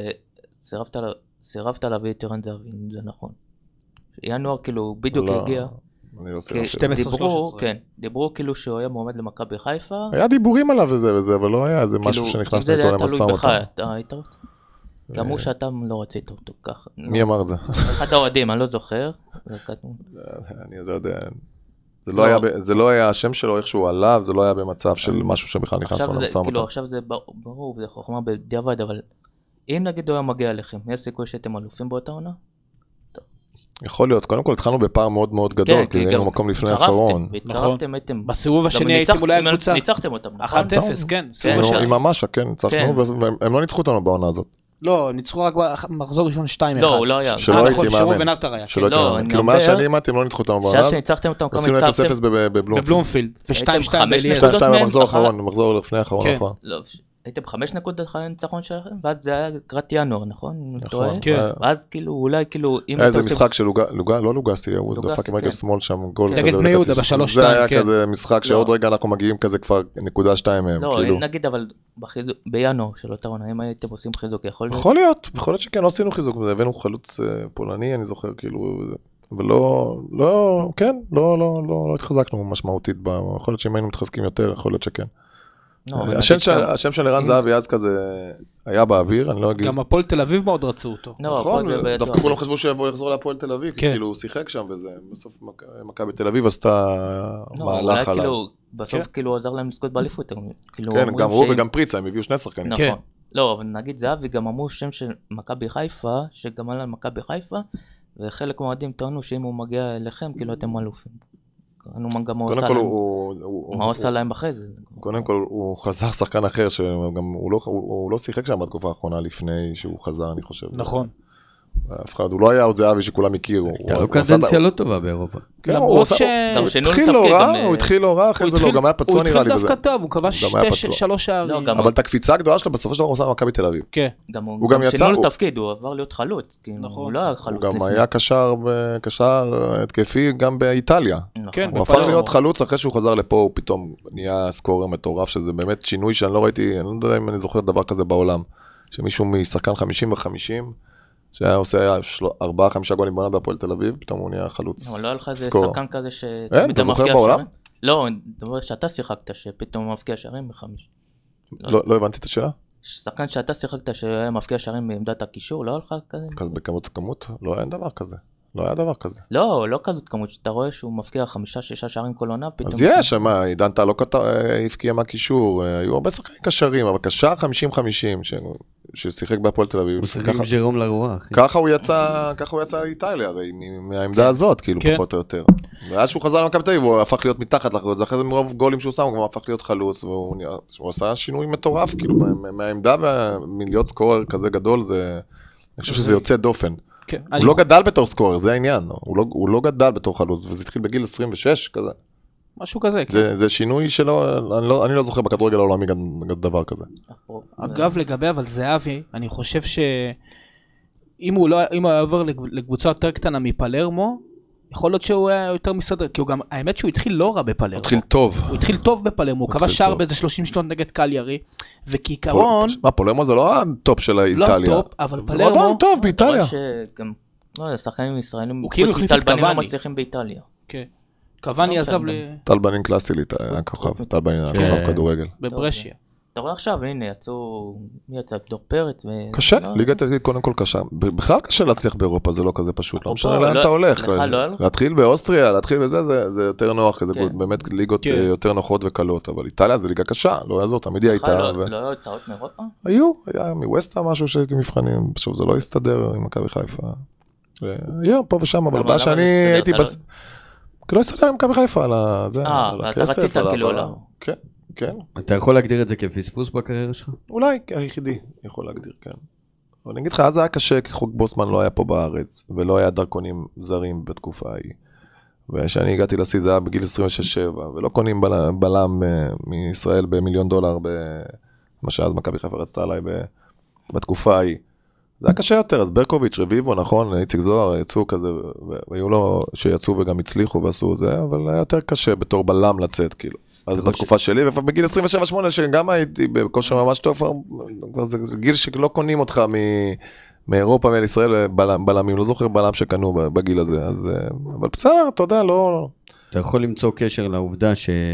שסירבת להביא את ירן זהבי, זה נכון. ינואר כאילו בדיוק הגיע, שתים עשרה שלוש עשרה. כן, דיברו כאילו שהוא היה מועמד למכבי חיפה. היה דיבורים עליו וזה וזה, אבל לא היה, זה משהו שנכנסנו איתו למשא ומתן. אתה היית רוצה? אמרו שאתה לא רצית אותו ככה. מי אמר את זה? אחד האוהדים, אני לא זוכר. אני לא יודע. זה לא היה השם שלו, איך שהוא עליו, זה לא היה במצב של משהו שבכלל נכנסנו למשא ומתן. עכשיו זה ברור, זה חוכמה בדיעבד, אבל אם נגיד הוא היה מגיע אליכם, יש סיכוי שאתם אלופים באותה עונה? יכול להיות, קודם כל התחלנו בפער מאוד מאוד גדול, כי היינו מקום לפני האחרון. התקרבתם, הייתם... בסיבוב השני הייתם אולי הקבוצה. ניצחתם אותם. אחת אפס, כן. עם המשה, כן, ניצחנו, והם לא ניצחו אותנו בעונה הזאת. לא, ניצחו רק במחזור ראשון שתיים אחד. לא, הוא לא היה. שלא הייתי מאמן. שרוב ונטר היה. כאילו מאז שאני אימדתי, הם לא ניצחו אותנו בעונה הזאת. שניצחתם אותם כמה עשינו אפס אפס בבלומפילד. ו-שתיים שתיים באליאס. שתיים שתיים במחזור האחרון, במחזור לפני האחרון, נכון. הייתם חמש נקודות אחרי הניצחון שלכם, ואז זה היה לקראת ינואר, נכון? נכון. ואז כאילו, אולי כאילו... היה איזה משחק של לוגה, לא לוגסי, הוא דפק עם רגל שמאל שם, גול כזה. נגד בני יהודה בשלוש שתיים, זה היה כזה משחק שעוד רגע אנחנו מגיעים כזה כבר נקודה שתיים מהם. לא, נגיד אבל בינואר של אותה עונה, אם הייתם עושים חיזוק, יכול להיות? יכול להיות, יכול להיות שכן, לא עשינו חיזוק, הבאנו חלוץ פולני, אני זוכר, כאילו, ולא, לא, כן, לא, לא, לא התחזקנו משמעותית, יכול להיות שאם היינו מתחזקים יותר, יכול להיות שכן. השם של ערן זהבי אז כזה היה באוויר, אני לא אגיד. גם הפועל תל אביב מאוד רצו אותו. נכון, דווקא כולם חשבו שיבוא לחזור להפועל תל אביב, כאילו הוא שיחק שם וזה, בסוף מכבי תל אביב עשתה מהלך עליו. בסוף כאילו הוא עזר להם לזכות באליפות. כן, גם הוא וגם פריצה, הם הביאו שני שחקנים. נכון. לא, אבל נגיד זהבי גם אמרו שם של מכבי חיפה, שגם עלה מכבי חיפה, וחלק מהאוהדים טענו שאם הוא מגיע אליכם, כאילו אתם אלופים. מה הוא עושה להם אחרי זה? קודם כל הוא חזר שחקן אחר, שהוא לא שיחק שם בתקופה האחרונה לפני שהוא חזר, אני חושב. נכון. אף אחד, הוא לא היה עוד זהבי שכולם הכירו. הייתה לו קדנציה לא טובה באירופה. למרות ש... גם שינו התחיל לתפקיד, לא רע, גם, הוא התחיל לא רע, אחרי זה לא, גם היה פצוע נראה לי. הוא בזה. התחיל דווקא טוב, הוא כבש גם היה שתי- פצוע. שלוש שערים. לא, גם- אבל את הקפיצה הגדולה שלו בסופו של דבר הוא עושה מכבי תל אביב. כן. גם הוא הוא גם גם יצא, שינו הוא- לתפקיד, הוא עבר להיות חלוץ, כאילו, נכון. הוא לא היה הוא חלוץ. גם לפני. היה קשר, קשר התקפי גם באיטליה. נכון. כן, הוא הפך בפלרמו. להיות חלוץ אחרי שהוא חזר לפה, הוא פתאום נהיה סקורר מטורף, שזה באמת שינוי שאני לא ראיתי, אני לא יודע אם אני זוכר דבר כזה בעולם, שמישהו משחקן חמישים וחמישים, שהיה עושה ארבעה חמישה גולים בעונה בהפועל תל אביב, פתאום הוא נהיה חלוץ אבל לא היה לך איזה סקורר. שחקן כזה ש... אין, אתה זוכר בעולם? לא, דבר שאתה שיחקת, שפתאום מבקיע שערים בחמיש. לא לא הבנתי את השאלה? שחקן שאתה שיחקת שהיה מבקיע שערים בעמדת הקישור, לא היה לך כזה? כזה בכמות כמות? לא היה דבר כזה. לא היה דבר כזה. לא, לא כזאת כמות, שאתה רואה שהוא מבקיע חמישה, שישה שערים כל עונה, פתאום... אז יש, מה, עידן טל לא כת- אה, הבקיע מהקישור, אה, היו הרבה שחקנים קשרים, אבל קשר חמישים חמישים, ש- ששיחק בהפועל תל אביב. הוא שיחק ככה- עם ז'רום לרוע, אחי. ככה הוא יצא, ככה הוא יצא לאיטליה, הרי מ- מהעמדה הזאת, כאילו, כן. פחות או יותר. ואז שהוא חזר למכבי תל אביב, הוא הפך להיות מתחת לחלוץ, ואחרי זה מרוב גולים שהוא שם, הוא גם הפך להיות חלוץ, והוא נראה- הוא עשה שינוי מטורף, כאילו, מה- מהעמדה ומלהיות סקורר כזה גדול, זה... אני חושב שזה יוצא דופן. כן. הוא אני- לא גדל בתור סקורר, זה העניין, הוא לא- הוא לא גדל בתור חלוץ, וזה התחיל בגיל עשרים ושש כזה. משהו כזה, כן. זה, זה שינוי שלא, אני לא, אני לא זוכר בכדורגל העולמי גם דבר כזה. אגב, לגבי אבל זהבי, אני חושב שאם הוא לא, אם הוא היה עובר לג- לקבוצה יותר קטנה מפלרמו, יכול להיות שהוא היה יותר מסדר, כי הוא גם, האמת שהוא התחיל לא רע בפלרמו. התחיל טוב. הוא התחיל טוב בפלרמו, הוא התחיל כבש שער טוב. באיזה שלושים שניות נגד קליירי, וכעיקרון, מה, פולרמו זה לא הטופ של לא איטליה. טופ, אבל זה פלרמו, מועדון טוב באיטליה. שגם, לא יודע, שחקנים ישראלים, הוא כאילו חוץ החליף את מטלבנים לא קוואני. מצליחים באיטליה. כן. קוואני לא עזב משנה. ל- טל בנין קלאסי לאיטליה, היה כוכב. טל בנין היה כן. כוכב כדורגל. בברשיה. אתה רואה עכשיו, הנה, יצאו, מי יצא? דור פרץ? ו- קשה, לא, ליגת העילית קודם כל קשה. בכלל קשה להצליח באירופה, זה לא כזה פשוט. לא אפרופו, משנה לאן לא- אתה הולך. לך לא היה לך? להתחיל באוסטריה, להתחיל בזה, זה- זה יותר נוח, כי זה כן. באמת ליגות כן. אה, יותר נוחות וקלות. אבל איטליה זה ליגה קשה, לא יעזור, תמיד היא בכלל הייתה. לא- ו- לא היו הצעות מאירופה? היו, היה מווסטה משהו שהייתי מבחנים, פשוט זה לא הסתדר עם מכבי חיפה. היו פה ושם, אבל למה- הבעיה למה שאני לא הסתדר? הייתי אתה בס... כי לא הסתדר עם מכבי חיפה על ה- זה, אה, על אתה הכסף, רצית על כאילו, העברה. לא. כן, כן. אתה יכול להגדיר את זה כפספוס בקריירה שלך? אולי היחידי יכול להגדיר, כן. אבל אני אגיד לך, אז זה היה קשה, כי חוק בוסמן לא היה פה בארץ, ולא היה דרכונים זרים בתקופה ההיא. וכשאני הגעתי לשיא זה היה בגיל עשרים ושש שבע, ולא קונים בל- בלם אה, מישראל במיליון דולר, מה שאז מכבי חיפה רצתה עליי ב- בתקופה ההיא. זה היה קשה יותר, אז ברקוביץ', רביבו, נכון, איציק זוהר, יצאו כזה, והיו לו שיצאו וגם הצליחו ועשו זה, אבל היה יותר קשה בתור בלם לצאת, כאילו. אז חושב- בתקופה שלי, ובגיל עשרים ושבע שמונה, שגם הייתי בכושר ממש טוב, כבר זה זה גיל שלא קונים אותך מ- מאירופה ולישראל בלם- בלמים, לא זוכר בלם שקנו בגיל הזה, אז, אה, אבל בסדר, אתה יודע, לא... אתה יכול למצוא קשר לעובדה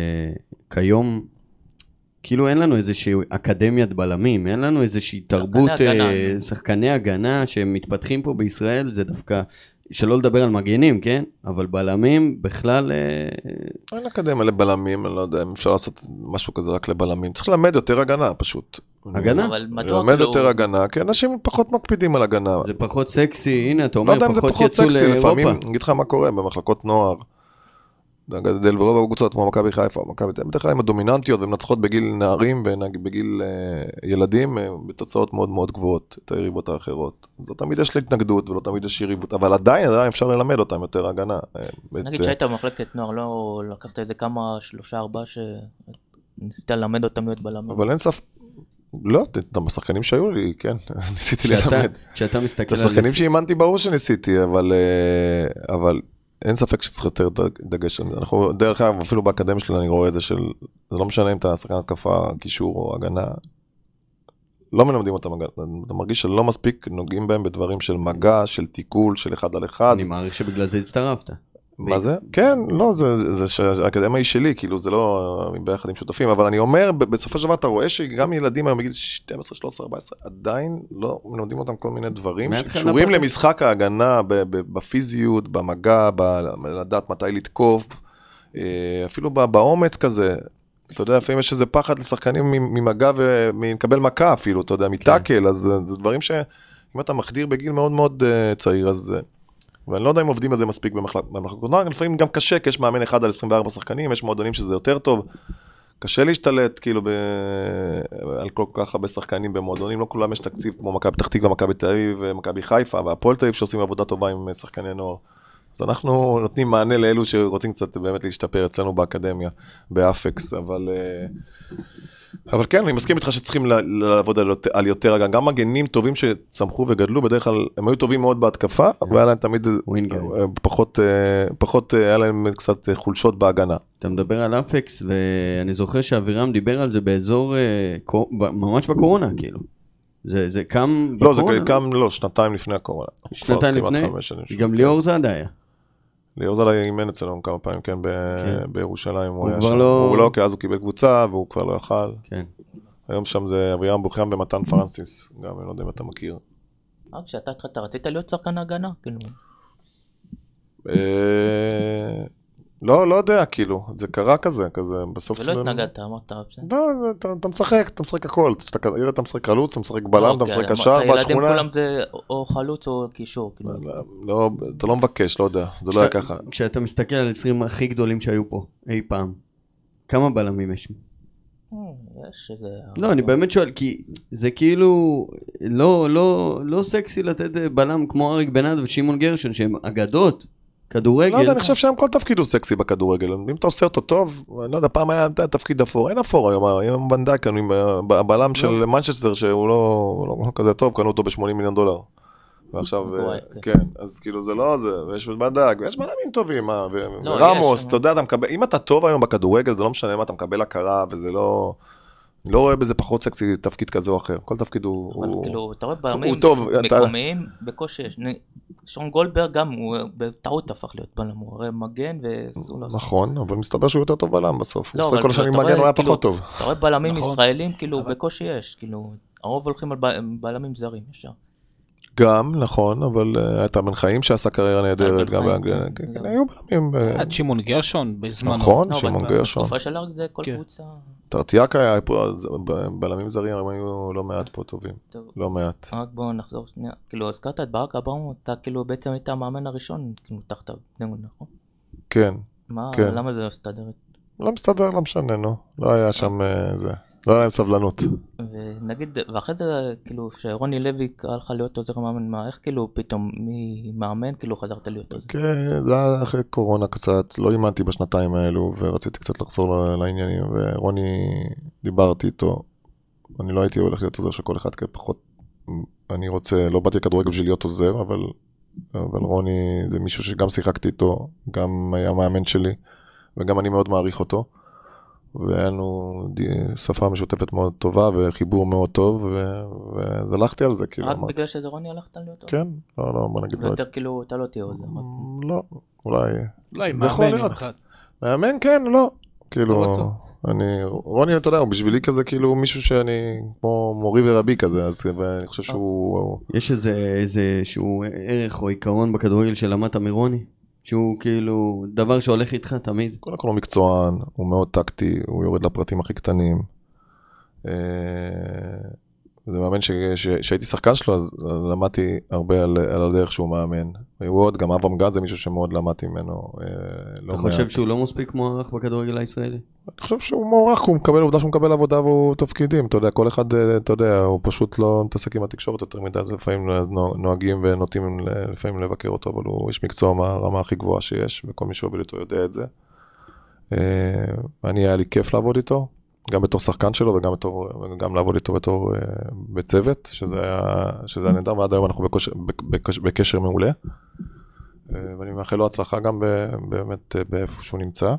שכיום, כאילו אין לנו איזושהי אקדמיית בלמים, אין לנו איזושהי תרבות, הגנה. אה, שחקני הגנה שמתפתחים פה בישראל, זה דווקא, שלא לדבר על מגנים, כן? אבל בלמים בכלל... אה, אין אקדמיה לבלמים, אני לא יודע אם אפשר לעשות משהו כזה רק לבלמים, צריך ללמד יותר הגנה פשוט. הגנה? אבל מדוע ללמד כאילו- יותר הגנה, כי אנשים פחות מקפידים על הגנה. זה פחות סקסי, הנה אתה לא אומר, יודע אם זה פחות פחות יצאו סקסי, לפעמים, לאירופה. אני אגיד לך מה קורה במחלקות נוער. אתה גדל ברוב הקבוצות כמו מכבי חיפה, מכבי תל אביב, בדרך כלל הם הדומיננטיות והן מנצחות בגיל נערים ובגיל אה, ילדים אה, בתוצאות מאוד מאוד גבוהות, את היריבות האחרות. לא תמיד יש להתנגדות ולא תמיד יש יריבות, אבל עדיין, עדיין אפשר ללמד אותם יותר הגנה. אה, נגיד את, שהיית במחלקת נוער, לא לקחת איזה כמה, שלושה, ארבעה שניסית ללמד אותם להיות בלמים. אבל אין סף... לא, את השחקנים שהיו לי, כן, ניסיתי כשאתה- ללמד. כשאתה את מסתכל על... השחקנים שאימנתי ברור שניסיתי, אבל, אה, אבל אין ספק שצריך יותר דגש על זה. אנחנו, דרך אגב, אפילו באקדמיה שלי אני רואה את זה של, זה לא משנה אם אתה שחקן התקפה, קישור או הגנה, לא מלמדים אותם, אתה מרגיש שלא מספיק נוגעים בהם בדברים של מגע, של תיקול, של אחד על אחד. אני מעריך שבגלל זה הצטרפת. מה זה? כן, לא, זה, זה, זה שהאקדמיה היא שלי, כאילו זה לא ביחד עם שותפים, אבל אני אומר, בסופו של דבר אתה רואה שגם ילדים היום בגיל שתים עשרה, שלוש עשרה, ארבע עשרה, עדיין לא מלמדים אותם כל מיני דברים מהתחלה שקשורים פתח- למשחק ההגנה, ב- ב- בפיזיות, במגע, ב- לדעת מתי לתקוף, אה, אפילו ב- באומץ כזה. אתה יודע, לפעמים יש איזה פחד לשחקנים ממגע ומקבל מכה אפילו, אתה יודע, מטאקל, אז זה זה דברים שאם אתה מחדיר בגיל מאוד מאוד אה, צעיר, אז... ואני לא יודע אם עובדים על זה מספיק במחלקות נוער, לפעמים גם קשה, כי יש מאמן אחד על עשרים וארבעה שחקנים, יש מועדונים שזה יותר טוב, קשה להשתלט כאילו ב... על כל כך הרבה שחקנים במועדונים, לא כולם יש תקציב כמו מכבי פתח תקווה, מכבי תל אביב ומכבי חיפה והפועל תל אביב שעושים עבודה טובה עם שחקני נוער. אז אנחנו נותנים מענה לאלו שרוצים קצת באמת להשתפר אצלנו באקדמיה, באפקס, אבל... אבל כן, אני מסכים איתך שצריכים לעבוד על יותר, גם מגנים טובים שצמחו וגדלו, בדרך כלל הם היו טובים מאוד בהתקפה, אבל היה להם תמיד פחות, פחות היה להם קצת חולשות בהגנה. אתה מדבר על אפקס, ואני זוכר שאבירם דיבר על זה באזור, ממש בקורונה, כאילו. זה, זה קם לא, זה קם, לא, שנתיים לפני הקורונה. שנתיים לפני? גם ליאור זאדה היה. ליאור זאדה אימן אצלנו כמה פעמים, כן, בירושלים הוא היה שם. הוא לא, כי אז הוא קיבל קבוצה, והוא כבר לא יכל. כן. היום שם זה אבירם בוכיאם ומתן פרנסיס, גם אני לא יודע אם אתה מכיר. רק כשאתה התחלת, רצית להיות שחקן הגנה, כאילו. לא, לא יודע, כאילו, זה קרה כזה, כזה, בסוף... ולא התנגדת, אמרת... לא, אתה משחק, אתה משחק הכל, אתה משחק חלוץ, אתה משחק בלם, אתה משחק קשר בשכונה. הילדים כולם זה או חלוץ או קישור, כאילו. לא, אתה לא מבקש, לא יודע, זה לא היה ככה. כשאתה מסתכל על עשרים הכי גדולים שהיו פה, אי פעם, כמה בלמים יש? יש איזה... לא, אני באמת שואל, כי זה כאילו, לא, לא, לא סקסי לתת בלם כמו אריק בנאד ושמעון גרשון, שהם אגדות. כדורגל. לא יודע, אני חושב שהיום כל תפקיד הוא סקסי בכדורגל. אם אתה עושה אותו טוב, אני לא יודע, פעם היה תפקיד אפור, אין אפור היום, היום בנדייק, הבלם של מנצ'סטר, שהוא לא כזה טוב, קנו אותו ב-שמונים מיליון דולר. ועכשיו, כן, אז כאילו זה לא זה, ויש בנדייק, ויש בלמים טובים, ורמוס, אתה יודע, אם אתה טוב היום בכדורגל, זה לא משנה מה, אתה מקבל הכרה, וזה לא... אני לא רואה בזה פחות סקסי תפקיד כזה או אחר. כל תפקיד הוא... אבל כאילו, אתה רואה בלמים מקומיים, בקושי יש. שון גולדברג גם, הוא בטעות הפך להיות בלם, הוא הרי מגן וסולוס. נכון, אבל מסתבר שהוא יותר טוב בלם בסוף. לא, אבל כל השנים מגן הוא היה פחות טוב. אתה רואה בלמים ישראלים, כאילו, בקושי יש. כאילו, הרוב הולכים על בלמים זרים, ישר. גם, נכון, אבל הייתה בן חיים שעשה קריירה נהדרת, גם באנגליה, היו בלמים. עד שמעון גרשון בזמן. נכון, שמעון גרשון. בתקופה של ארק זה כל קבוצה. תרטיאק היה פה, בלמים זרים הם היו לא מעט פה טובים, לא מעט. רק בואו נחזור שנייה, כאילו הזכרת את ברק אברמוב, אתה כאילו בעצם היית המאמן הראשון, כאילו תחתיו, נכון? כן. מה, למה זה לא מסתדר? לא מסתדר, לא משנה, נו, לא היה שם זה. לא היה להם סבלנות. ונגיד, ואחרי זה, כאילו, שרוני לוי קרא לך להיות עוזר מאמן, מה, איך כאילו פתאום ממאמן, כאילו חזרת להיות עוזר? כן, זה היה אחרי קורונה קצת, לא אימנתי בשנתיים האלו, ורציתי קצת לחזור לעניינים, ורוני, דיברתי איתו, אני לא הייתי הולך להיות עוזר של כל אחד, כי פחות, אני רוצה, לא באתי לכדורגל בשביל להיות עוזר, אבל, אבל רוני זה מישהו שגם שיחקתי איתו, גם היה מאמן שלי, וגם אני מאוד מעריך אותו. והיה לנו שפה משותפת מאוד טובה וחיבור מאוד טוב ואז הלכתי על זה כאילו. רק בגלל שזה רוני הלכת להיות? כן, לא, לא, בוא נגיד לא. ויותר כאילו אתה לא תהיה עוזר? לא, אולי. אולי מאמן יום אחד. מאמן כן, לא. כאילו, אני, רוני אתה יודע, הוא בשבילי כזה כאילו מישהו שאני כמו מורי ורבי כזה, אז אני חושב שהוא... יש איזה שהוא ערך או עיקרון בכדורגל שלמדת מרוני? שהוא כאילו דבר שהולך איתך תמיד. קודם כל הוא מקצוען, הוא מאוד טקטי, הוא יורד לפרטים הכי קטנים. זה מאמן שהייתי שחקן שלו, אז למדתי הרבה על הדרך שהוא מאמן. הוא עוד, גם אברהם גד זה מישהו שמאוד למדתי ממנו. אתה חושב שהוא לא מספיק מוערך בכדורגל הישראלי? אני חושב שהוא מוערך, הוא מקבל עובדה שהוא מקבל עבודה והוא תפקידים. אתה יודע, כל אחד, אתה יודע, הוא פשוט לא מתעסק עם התקשורת יותר מדי, אז לפעמים נוהגים ונוטים לפעמים לבקר אותו, אבל הוא איש מקצוע מהרמה הכי גבוהה שיש, וכל מי שעובד איתו יודע את זה. אני היה לי כיף לעבוד איתו. גם בתור שחקן שלו וגם בתור, גם לעבוד איתו בתור בצוות, שזה היה, שזה היה נהדר, ועד היום אנחנו בקושר, בקשר, בקשר מעולה. ואני מאחל לו הצלחה גם באמת באיפה שהוא נמצא.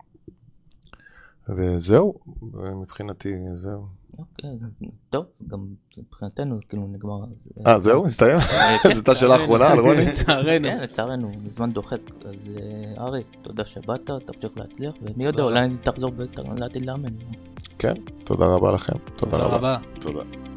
וזהו, מבחינתי זהו. אוקיי, טוב, גם מבחינתנו כאילו נגמר. אה, זהו, מסתיים? זו הייתה שאלה אחרונה על רוני? לצערנו. כן, לצערנו, מזמן דוחק. אז ארי, תודה שבאת, תמשיך להצליח, ומי יודע, אולי תחזור לעתיד לאמן. כן, תודה רבה לכם. תודה רבה. תודה.